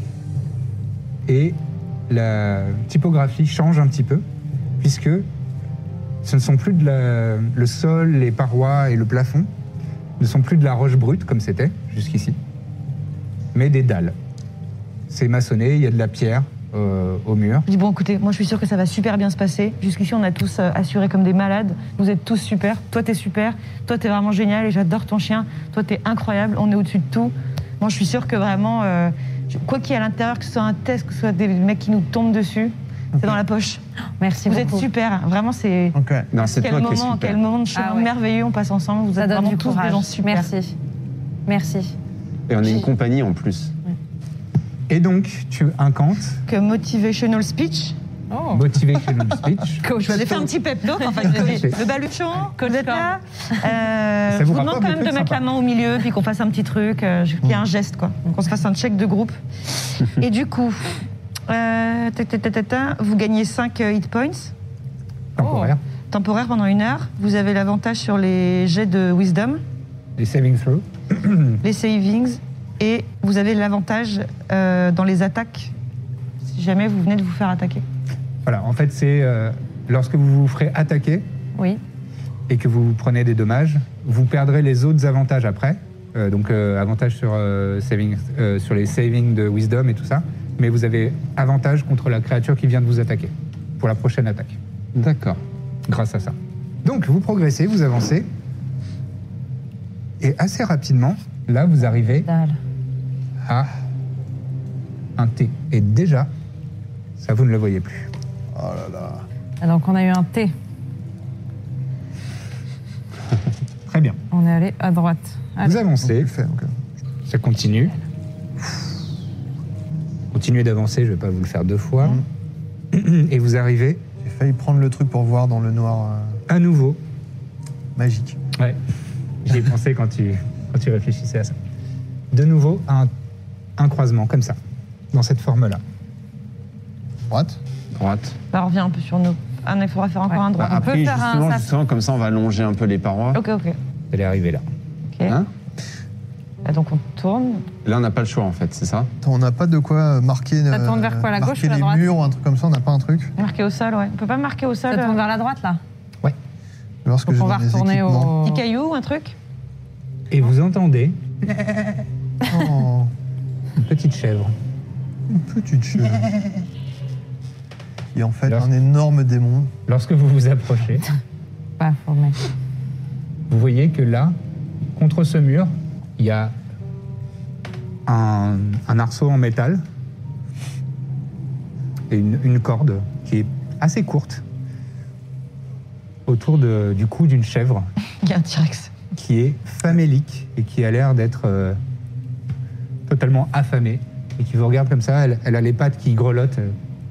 Speaker 4: Et la typographie change un petit peu, puisque ce ne sont plus de la, le sol, les parois et le plafond ne sont plus de la roche brute comme c'était jusqu'ici, mais des dalles. C'est maçonné, il y a de la pierre euh, au mur.
Speaker 8: Je dis bon, écoutez, moi je suis sûre que ça va super bien se passer. Jusqu'ici, on a tous euh, assuré comme des malades. Vous êtes tous super. Toi, t'es super. Toi, t'es vraiment génial et j'adore ton chien. Toi, t'es incroyable. On est au-dessus de tout. Moi, je suis sûre que vraiment, euh, je- quoi qu'il y ait à l'intérieur, que ce soit un test, que ce soit des mecs qui nous tombent dessus, c'est dans la poche.
Speaker 7: Merci
Speaker 8: Vous
Speaker 7: beaucoup.
Speaker 8: êtes super. Vraiment, c'est
Speaker 6: Ok.
Speaker 5: Non, c'est
Speaker 8: quel
Speaker 5: toi qui es
Speaker 8: moment,
Speaker 5: super.
Speaker 8: quel moment de chemin
Speaker 7: Ah ouais.
Speaker 8: merveilleux on passe ensemble. Vous
Speaker 7: Ça
Speaker 8: êtes
Speaker 7: donne
Speaker 8: vraiment
Speaker 7: du
Speaker 8: tous
Speaker 7: courage.
Speaker 8: des gens super.
Speaker 7: Merci. Merci.
Speaker 5: Et on est une compagnie en plus.
Speaker 4: Et donc, tu incantes
Speaker 8: Que motivational speech.
Speaker 7: Oh.
Speaker 4: Motivational Speech.
Speaker 8: Je vous avais fait un petit pep talk. Enfin, je vous ai dit, le baluchon, vous êtes là. Euh,
Speaker 4: Ça
Speaker 8: je
Speaker 4: vous
Speaker 8: vous
Speaker 4: rapporte
Speaker 8: demande quand
Speaker 4: des
Speaker 8: même de
Speaker 4: trucs
Speaker 8: mettre la
Speaker 4: sympas.
Speaker 8: main au milieu, puis qu'on fasse un petit truc, euh, qu'il y ait un geste, quoi. Donc on se fasse un check de groupe. Et du coup, euh, ta, ta, ta, ta, ta, vous gagnez cinq hit points
Speaker 4: Temporaire.
Speaker 8: temporaires pendant une heure. Vous avez l'avantage sur les jets de wisdom,
Speaker 4: Les saving throws.
Speaker 8: les savings, et vous avez l'avantage euh, dans les attaques, si jamais vous venez de vous faire attaquer.
Speaker 4: Voilà, en fait, c'est euh, lorsque vous vous ferez attaquer,
Speaker 7: Oui.
Speaker 4: et que vous prenez des dommages, vous perdrez les autres avantages après. Euh, donc euh, avantage sur, euh, saving, euh, sur les savings de wisdom et tout ça. Mais vous avez avantage contre la créature qui vient de vous attaquer pour la prochaine attaque.
Speaker 5: D'accord.
Speaker 4: Grâce à ça. Donc vous progressez, vous avancez. Et assez rapidement, là vous arrivez
Speaker 7: Dalle.
Speaker 4: à un T. Et déjà, ça vous ne le voyez plus.
Speaker 6: Oh là là.
Speaker 7: Ah, donc on a eu un T.
Speaker 4: Très bien.
Speaker 7: On est allé à droite. Allez.
Speaker 4: Vous avancez,
Speaker 6: Fait, ok.
Speaker 4: ça continue. Continuez d'avancer, je ne vais pas vous le faire deux fois. Et vous arrivez
Speaker 6: J'ai failli prendre le truc pour voir dans le noir euh,
Speaker 4: à nouveau.
Speaker 6: magique.
Speaker 4: Ouais, j'y ai pensé quand tu, quand tu réfléchissais à ça. De nouveau, à un, un croisement, comme ça, dans cette forme-là.
Speaker 6: Droite.
Speaker 5: Droite.
Speaker 8: Bah, on revient un peu sur nous. Ah non, il faudra faire encore
Speaker 7: Ouais.
Speaker 8: un droit.
Speaker 5: Bah,
Speaker 7: On peut
Speaker 5: après,
Speaker 7: faire un-
Speaker 5: justement,
Speaker 7: ça-
Speaker 5: justement, comme ça, on va allonger un peu les parois.
Speaker 8: Ok, ok.
Speaker 4: Vous allez arriver là.
Speaker 8: Ok.
Speaker 5: Hein
Speaker 8: Ah, donc on tourne.
Speaker 5: Là, on n'a pas le choix, en fait, c'est ça?
Speaker 6: Attends, on n'a pas de quoi marquer.
Speaker 7: Ça tourne vers quoi, la gauche
Speaker 6: marquer
Speaker 7: ou la
Speaker 6: les
Speaker 7: droite
Speaker 6: murs ou un truc comme ça, on n'a pas un truc.
Speaker 8: Marquer au sol, ouais. On peut pas marquer au sol.
Speaker 7: Ça tourne
Speaker 8: euh,
Speaker 7: vers la droite, là.
Speaker 4: Ouais.
Speaker 6: Je vais voir ce que
Speaker 7: Donc
Speaker 6: j'ai
Speaker 7: on va
Speaker 6: dans mes
Speaker 7: retourner
Speaker 6: équipements.
Speaker 7: au...
Speaker 8: Petit caillou, un truc.
Speaker 4: Et vous entendez
Speaker 6: Oh,
Speaker 4: une petite chèvre.
Speaker 6: une petite cheveux. Qui est en fait
Speaker 4: Alors-
Speaker 6: un énorme démon.
Speaker 4: Lorsque vous vous approchez,
Speaker 7: Pas faut mettre.
Speaker 4: vous voyez que là, contre ce mur, il y a un, un arceau en métal et une, une corde qui est assez courte autour de- du cou d'une chèvre
Speaker 8: Il y a un T-Rex.
Speaker 4: qui est famélique et qui a l'air d'être euh, totalement affamée et qui vous regarde comme ça. Elle, elle a les pattes qui grelottent.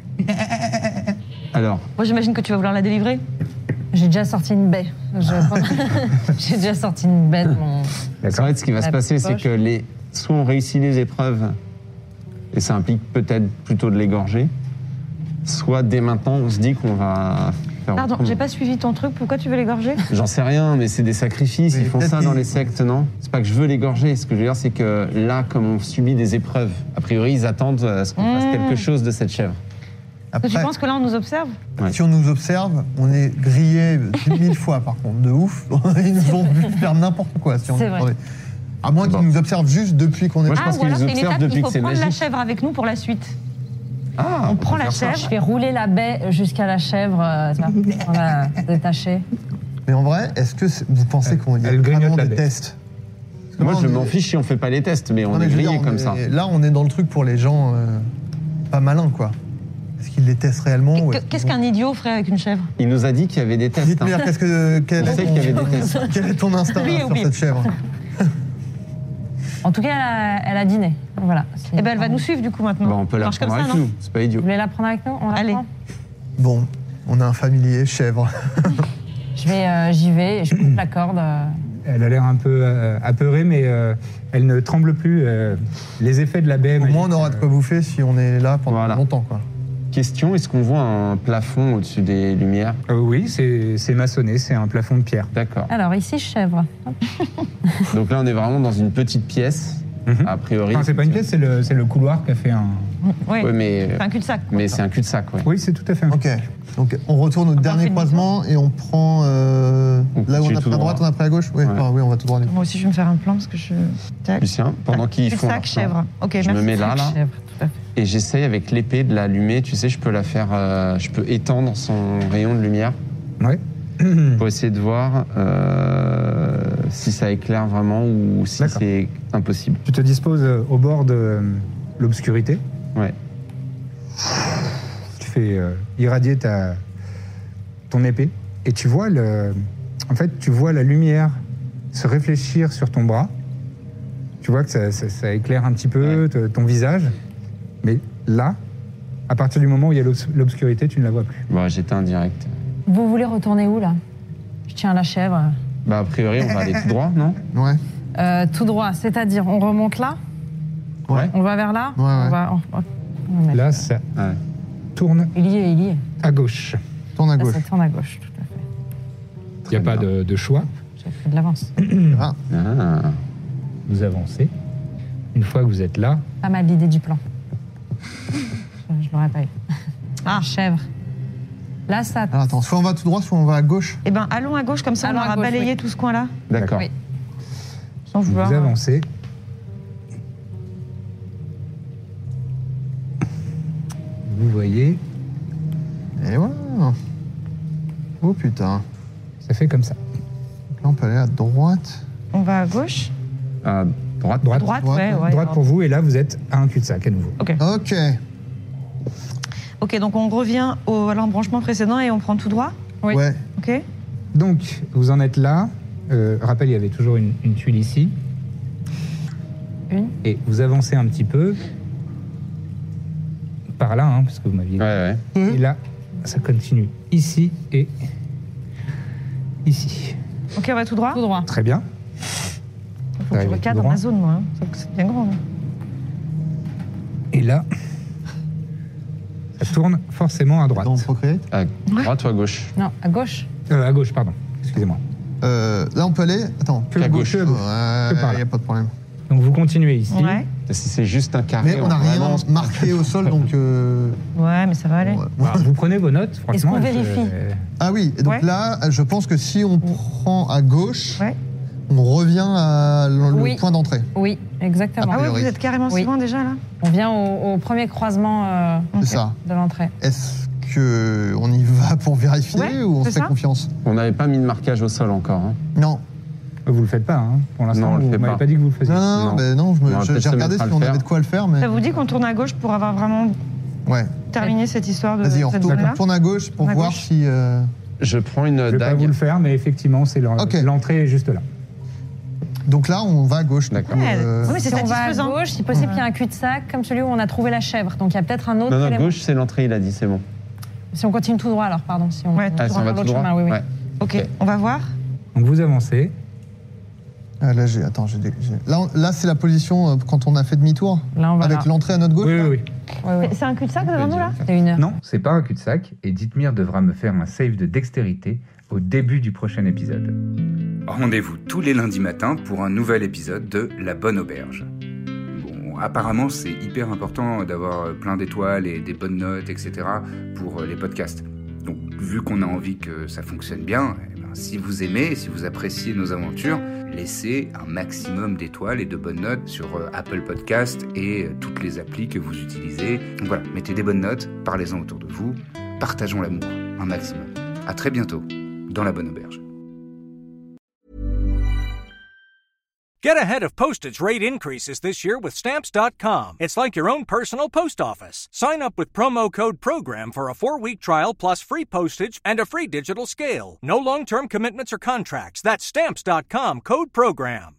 Speaker 5: Alors,
Speaker 8: Moi, j'imagine que tu vas vouloir la délivrer.
Speaker 7: J'ai déjà sorti une baie. Je- J'ai déjà sorti une baie de mon...
Speaker 5: en fait, ce qui va se
Speaker 7: La
Speaker 5: passer, c'est
Speaker 7: poche.
Speaker 5: que les... soit on réussit les épreuves, et ça implique peut-être plutôt de l'égorger, soit dès maintenant, on se dit qu'on va faire
Speaker 8: Pardon,
Speaker 5: autrement.
Speaker 8: j'ai pas suivi ton truc. Pourquoi tu veux l'égorger?
Speaker 5: J'en sais rien, mais c'est des sacrifices,
Speaker 6: Mais
Speaker 5: ils font
Speaker 6: peut-être
Speaker 5: ça dans
Speaker 6: qu'ils-
Speaker 5: les sectes, non? C'est pas que je veux l'égorger, ce que je veux dire, c'est que là, comme on subit des épreuves, a priori, ils attendent à ce qu'on fasse
Speaker 8: Mmh.
Speaker 5: quelque chose de cette chèvre.
Speaker 8: Parce que tu
Speaker 6: Après,
Speaker 8: penses que là, on nous observe?
Speaker 5: Ouais.
Speaker 6: si on nous observe, on est grillé mille fois par contre, de ouf. Ils nous ont vu faire n'importe quoi. Si on
Speaker 7: C'est vrai.
Speaker 6: attendez. À moins qu'ils
Speaker 5: Bon.
Speaker 6: nous observent juste depuis qu'on est.
Speaker 5: Moi, je
Speaker 8: Ah,
Speaker 5: pense
Speaker 8: ou
Speaker 5: qu'ils
Speaker 8: alors
Speaker 5: nous
Speaker 8: c'est une
Speaker 5: observent
Speaker 8: étape,
Speaker 5: depuis
Speaker 8: il faut
Speaker 5: que c'est
Speaker 8: prendre la
Speaker 5: magique.
Speaker 8: chèvre avec nous pour la suite.
Speaker 5: Ah,
Speaker 8: On prend
Speaker 5: peut
Speaker 8: la
Speaker 5: faire ça.
Speaker 8: chèvre.
Speaker 7: Je vais rouler la baie jusqu'à la chèvre, euh, tu vois, on va détacher.
Speaker 6: Mais en vrai, est-ce que c'est- vous pensez
Speaker 4: Elle-
Speaker 6: qu'on y a
Speaker 4: elle grignote
Speaker 6: vraiment
Speaker 4: la
Speaker 6: des
Speaker 4: baie.
Speaker 6: tests? Parce que
Speaker 5: Moi,
Speaker 6: là,
Speaker 5: je
Speaker 6: on
Speaker 5: m'en
Speaker 6: est-
Speaker 5: fiche si on fait pas les tests, mais on
Speaker 6: Non, mais
Speaker 5: est
Speaker 6: je veux
Speaker 5: grillé
Speaker 6: dire, on
Speaker 5: comme ça.
Speaker 6: est- Là, on est dans le truc pour les gens euh, pas malins, quoi. Est-ce qu'ils les testent réellement ou
Speaker 8: Que-
Speaker 6: est-ce
Speaker 8: Qu'est-ce
Speaker 6: qu'ils
Speaker 8: qu'un idiot ferait avec une chèvre?
Speaker 5: Il nous a dit qu'il y avait des
Speaker 6: vont-
Speaker 5: tests.
Speaker 6: Dites-moi,
Speaker 5: hein.
Speaker 6: qu'est-ce que quel
Speaker 5: On
Speaker 6: est
Speaker 5: sait
Speaker 6: ton-
Speaker 5: qu'il y avait des tests.
Speaker 6: quel est ton instinct
Speaker 8: Lui,
Speaker 6: sur
Speaker 8: oublié.
Speaker 6: cette chèvre?
Speaker 7: En tout cas, elle a, elle a dîné. Voilà.
Speaker 8: Eh ben, elle va nous suivre du coup maintenant.
Speaker 5: Bah, on peut
Speaker 8: Ça
Speaker 5: la
Speaker 8: marche comme
Speaker 5: prendre
Speaker 8: ça,
Speaker 5: avec
Speaker 8: non?
Speaker 5: nous, c'est pas idiot.
Speaker 7: Vous voulez la prendre avec nous? On la
Speaker 8: Allez.
Speaker 7: prend
Speaker 6: Bon, on a un familier chèvre.
Speaker 7: Je vais, euh, j'y vais, et je coupe la corde. euh.
Speaker 4: Elle a l'air un peu euh, apeurée, mais euh, elle ne tremble plus. euh, les effets de la baie.
Speaker 6: Au
Speaker 4: magique,
Speaker 6: moins, on aura de
Speaker 4: euh,
Speaker 6: quoi bouffer si on est là pendant
Speaker 5: Voilà.
Speaker 6: longtemps, quoi.
Speaker 5: Question, est-ce qu'on voit un plafond au-dessus des lumières?
Speaker 4: euh, oui, c'est c'est maçonné, c'est un plafond de pierre.
Speaker 5: D'accord.
Speaker 7: Alors, ici, chèvre.
Speaker 5: Donc là, on est vraiment dans une petite pièce,
Speaker 4: Mhm.
Speaker 5: a priori.
Speaker 4: Enfin, c'est pas une pièce, c'est le, c'est le couloir qui a fait un.
Speaker 8: Oui,
Speaker 5: Ouais, mais,
Speaker 8: c'est un cul-de-sac.
Speaker 5: mais c'est un cul-de-sac, ouais.
Speaker 4: Oui, c'est tout à fait un.
Speaker 6: Ok, donc on retourne au
Speaker 8: On
Speaker 6: dernier
Speaker 8: fait
Speaker 6: croisement et on prend. euh,
Speaker 5: On
Speaker 6: là où on
Speaker 5: continue
Speaker 6: a
Speaker 5: tout
Speaker 6: pris à droite, on
Speaker 5: droit.
Speaker 6: a pris à gauche? Ouais,
Speaker 5: Ouais.
Speaker 6: ah oui, on va tout droit. du coup.
Speaker 8: Moi aussi, je vais me faire un plan parce que je. Tac.
Speaker 5: Lucien, pendant qu'ils font. leur
Speaker 8: Cul-de-sac,
Speaker 5: plan,
Speaker 8: chèvre. Ok,
Speaker 5: je
Speaker 8: merci.
Speaker 5: me mets là, là,
Speaker 7: Chèvre, tout à fait.
Speaker 5: et j'essaye avec l'épée de l'allumer. Tu sais, je peux la faire. euh, je peux étendre son rayon de lumière
Speaker 4: Ouais.
Speaker 5: pour essayer de voir euh, si ça éclaire vraiment ou si
Speaker 4: D'accord.
Speaker 5: c'est impossible.
Speaker 4: Tu te disposes euh, au bord de euh, l'obscurité.
Speaker 5: Ouais.
Speaker 4: Tu fais euh, irradier ta, ton épée et tu vois le, en fait, tu vois la lumière se réfléchir sur ton bras. Tu vois que ça, ça- ça éclaire un petit peu te- ton visage, mais là, à partir du moment où il y a l'obs- l'obscurité, tu ne la vois plus.
Speaker 5: Bon, j'étais indirect.
Speaker 7: Vous voulez retourner où, là? Je tiens la chèvre.
Speaker 5: Bah, a priori, on va aller tout droit, non?
Speaker 6: Ouais.
Speaker 7: Euh, tout droit, c'est-à-dire, on remonte là?
Speaker 5: Ouais.
Speaker 7: On va vers là?
Speaker 6: Ouais, ouais.
Speaker 7: On va, on- on est-
Speaker 4: Là, ça
Speaker 5: Ouais.
Speaker 4: tourne
Speaker 7: Il y est, il y est.
Speaker 4: à gauche.
Speaker 6: Tourne à
Speaker 7: Là,
Speaker 6: gauche.
Speaker 7: ça tourne à gauche, tout à fait.
Speaker 4: Il n'y a pas de, de choix.
Speaker 7: J'ai pris de l'avance.
Speaker 6: Ah,
Speaker 5: Ah.
Speaker 4: Vous avancez. Une fois que vous êtes là,
Speaker 7: Pas mal l'idée du plan. Je, je l'aurais pas eu. Ah, chèvre. Là, ça.
Speaker 6: Alors attends, soit on va tout droit, soit on va à gauche.
Speaker 8: Eh ben, allons à gauche, comme ça
Speaker 7: Allons
Speaker 8: on
Speaker 7: à
Speaker 8: aura
Speaker 7: gauche,
Speaker 8: balayé
Speaker 7: oui.
Speaker 8: tout ce coin-là.
Speaker 5: D'accord.
Speaker 7: Oui.
Speaker 8: Sans
Speaker 4: Vous
Speaker 8: vouloir.
Speaker 4: avancez. Vous voyez,
Speaker 6: Et voilà. Oh putain.
Speaker 4: ça fait comme ça.
Speaker 6: Là, on peut aller à droite.
Speaker 8: On va à gauche.
Speaker 5: À droite.
Speaker 4: Droite,
Speaker 8: Droite,
Speaker 6: droite,
Speaker 8: ouais, ouais.
Speaker 4: droite pour vous, et là vous êtes à un cul-de-sac à nouveau.
Speaker 8: Ok.
Speaker 6: Ok.
Speaker 8: Ok, donc on revient au, à l'embranchement précédent et on prend tout droit.
Speaker 7: Oui.
Speaker 6: Ouais.
Speaker 8: Ok.
Speaker 4: Donc, vous en êtes là. Euh, rappel, il y avait toujours une, une tuile ici.
Speaker 7: Une.
Speaker 4: Et vous avancez un petit peu. Par là, hein, parce que vous m'aviez...
Speaker 5: Ouais, ouais.
Speaker 4: Et là, ça continue ici et ici.
Speaker 8: Ok, on va tout droit.
Speaker 7: Tout droit.
Speaker 4: Très bien.
Speaker 8: Faut que je
Speaker 4: Arrivé tout
Speaker 8: recadre
Speaker 4: droit.
Speaker 8: ma zone, moi. Hein. C'est- C'est bien grand. hein.
Speaker 4: Et là, ça tourne forcément à droite.
Speaker 6: Dans Procreate.
Speaker 5: À droite ou à gauche?
Speaker 7: Non, à gauche.
Speaker 4: Euh, à gauche, pardon. Excusez-moi.
Speaker 6: Euh, là, on peut aller. Attends.
Speaker 4: Que
Speaker 5: À
Speaker 4: gauche.
Speaker 5: gauche.
Speaker 4: que à gauche.
Speaker 6: Ouais,
Speaker 4: Que par là.
Speaker 6: y a pas de problème.
Speaker 4: Donc vous continuez ici.
Speaker 8: Ouais.
Speaker 5: Si c'est juste un carré.
Speaker 6: Mais on n'a rien
Speaker 5: vraiment-
Speaker 6: marqué au sol, donc. euh,
Speaker 8: Ouais, mais ça va aller.
Speaker 6: ouais.
Speaker 4: Alors, vous prenez vos notes, franchement.
Speaker 7: qu'on
Speaker 4: elles se-
Speaker 7: vérifie
Speaker 6: Ah oui, et donc
Speaker 8: Ouais.
Speaker 6: là, je pense que si on prend à gauche,
Speaker 8: Ouais.
Speaker 6: on revient à le le
Speaker 7: Oui.
Speaker 6: point d'entrée.
Speaker 7: Oui, exactement.
Speaker 8: Ah ouais,
Speaker 6: priori.
Speaker 8: vous êtes carrément si
Speaker 7: Oui.
Speaker 8: loin déjà là.
Speaker 7: On vient au, au premier croisement euh,
Speaker 6: C'est ça.
Speaker 7: de l'entrée.
Speaker 6: Est-ce que on y va pour vérifier
Speaker 8: Ouais,
Speaker 6: ou on se
Speaker 8: c'est
Speaker 6: fait
Speaker 8: ça.
Speaker 6: confiance?
Speaker 5: On n'avait pas mis de marquage au sol encore. hein.
Speaker 6: Non.
Speaker 4: Vous le faites pas, hein. Pour l'instant,
Speaker 5: Non, on le
Speaker 4: vous
Speaker 5: fait
Speaker 4: m'avez
Speaker 5: pas.
Speaker 4: pas dit que vous le faisiez.
Speaker 6: Non, non, non,
Speaker 5: Non.
Speaker 6: mais non, je me-
Speaker 5: On va
Speaker 6: je-
Speaker 5: peut-être
Speaker 6: j'ai
Speaker 5: se
Speaker 6: regardé
Speaker 5: mettre à
Speaker 6: si
Speaker 5: le
Speaker 6: on
Speaker 5: faire.
Speaker 6: avait de quoi le faire, mais.
Speaker 8: Ça vous dit qu'on tourne à gauche pour avoir vraiment
Speaker 6: Ouais.
Speaker 8: terminé cette histoire de
Speaker 6: Vas-y, on
Speaker 8: cette
Speaker 6: retourne,
Speaker 8: zone-là
Speaker 6: on tourne à gauche pour
Speaker 8: À
Speaker 6: voir
Speaker 8: gauche.
Speaker 6: si. euh,
Speaker 5: Je prends une
Speaker 4: Je vais pas
Speaker 5: dague.
Speaker 4: vous le faire, mais effectivement, c'est l'en-
Speaker 6: Ok.
Speaker 4: l'entrée est juste là.
Speaker 6: Donc là, on va à gauche. du
Speaker 5: D'accord.
Speaker 6: coup,
Speaker 8: Ouais,
Speaker 6: euh,
Speaker 8: oui, mais c'est
Speaker 7: Si on va à
Speaker 8: satisfaisant.
Speaker 7: gauche, si possible, il y a un cul-de-sac comme celui où on a trouvé la chèvre. Donc il y a peut-être un autre
Speaker 5: Non, non,
Speaker 7: élément.
Speaker 5: gauche, c'est l'entrée, il a dit, c'est bon.
Speaker 7: Si on continue tout droit, alors, pardon. Si on,
Speaker 8: Ouais,
Speaker 7: on
Speaker 5: Ah, si
Speaker 7: tourne
Speaker 5: on va
Speaker 7: dans
Speaker 5: tout
Speaker 7: l'autre
Speaker 5: droit.
Speaker 7: chemin, oui, oui.
Speaker 5: Ouais.
Speaker 8: Ok, on va voir.
Speaker 4: Donc vous avancez.
Speaker 6: Ah, là, j'ai. Attends, j'ai. des- j'ai- Là, on- là c'est la position euh, quand on a fait demi-tour.
Speaker 7: Là, on va
Speaker 6: Avec
Speaker 7: là.
Speaker 6: l'entrée à notre gauche.
Speaker 4: Oui,
Speaker 6: là
Speaker 4: oui, oui.
Speaker 7: Oui, oui.
Speaker 8: C'est un cul-de-sac devant nous là.
Speaker 7: C'est une heure.
Speaker 4: Non, c'est pas un cul-de-sac, et Dithmir devra me faire un save de dextérité au début du prochain épisode.
Speaker 9: Rendez-vous tous les lundis matins pour un nouvel épisode de La Bonne Auberge. Bon, apparemment, c'est hyper important d'avoir plein d'étoiles et des bonnes notes, et cetera pour les podcasts. Donc, vu qu'on a envie que ça fonctionne bien, eh ben, si vous aimez, si vous appréciez nos aventures, laissez un maximum d'étoiles et de bonnes notes sur euh, Apple Podcast et euh, toutes les applis que vous utilisez. Donc voilà, mettez des bonnes notes, parlez-en autour de vous, partageons l'amour un maximum. À très bientôt dans La Bonne Auberge.
Speaker 10: Get ahead of postage rate increases this year with Stamps dot com. It's like your own personal post office. Sign up with promo code PROGRAM for a four-week trial plus free postage and a free digital scale. No long-term commitments or contracts. That's Stamps dot com, code PROGRAM.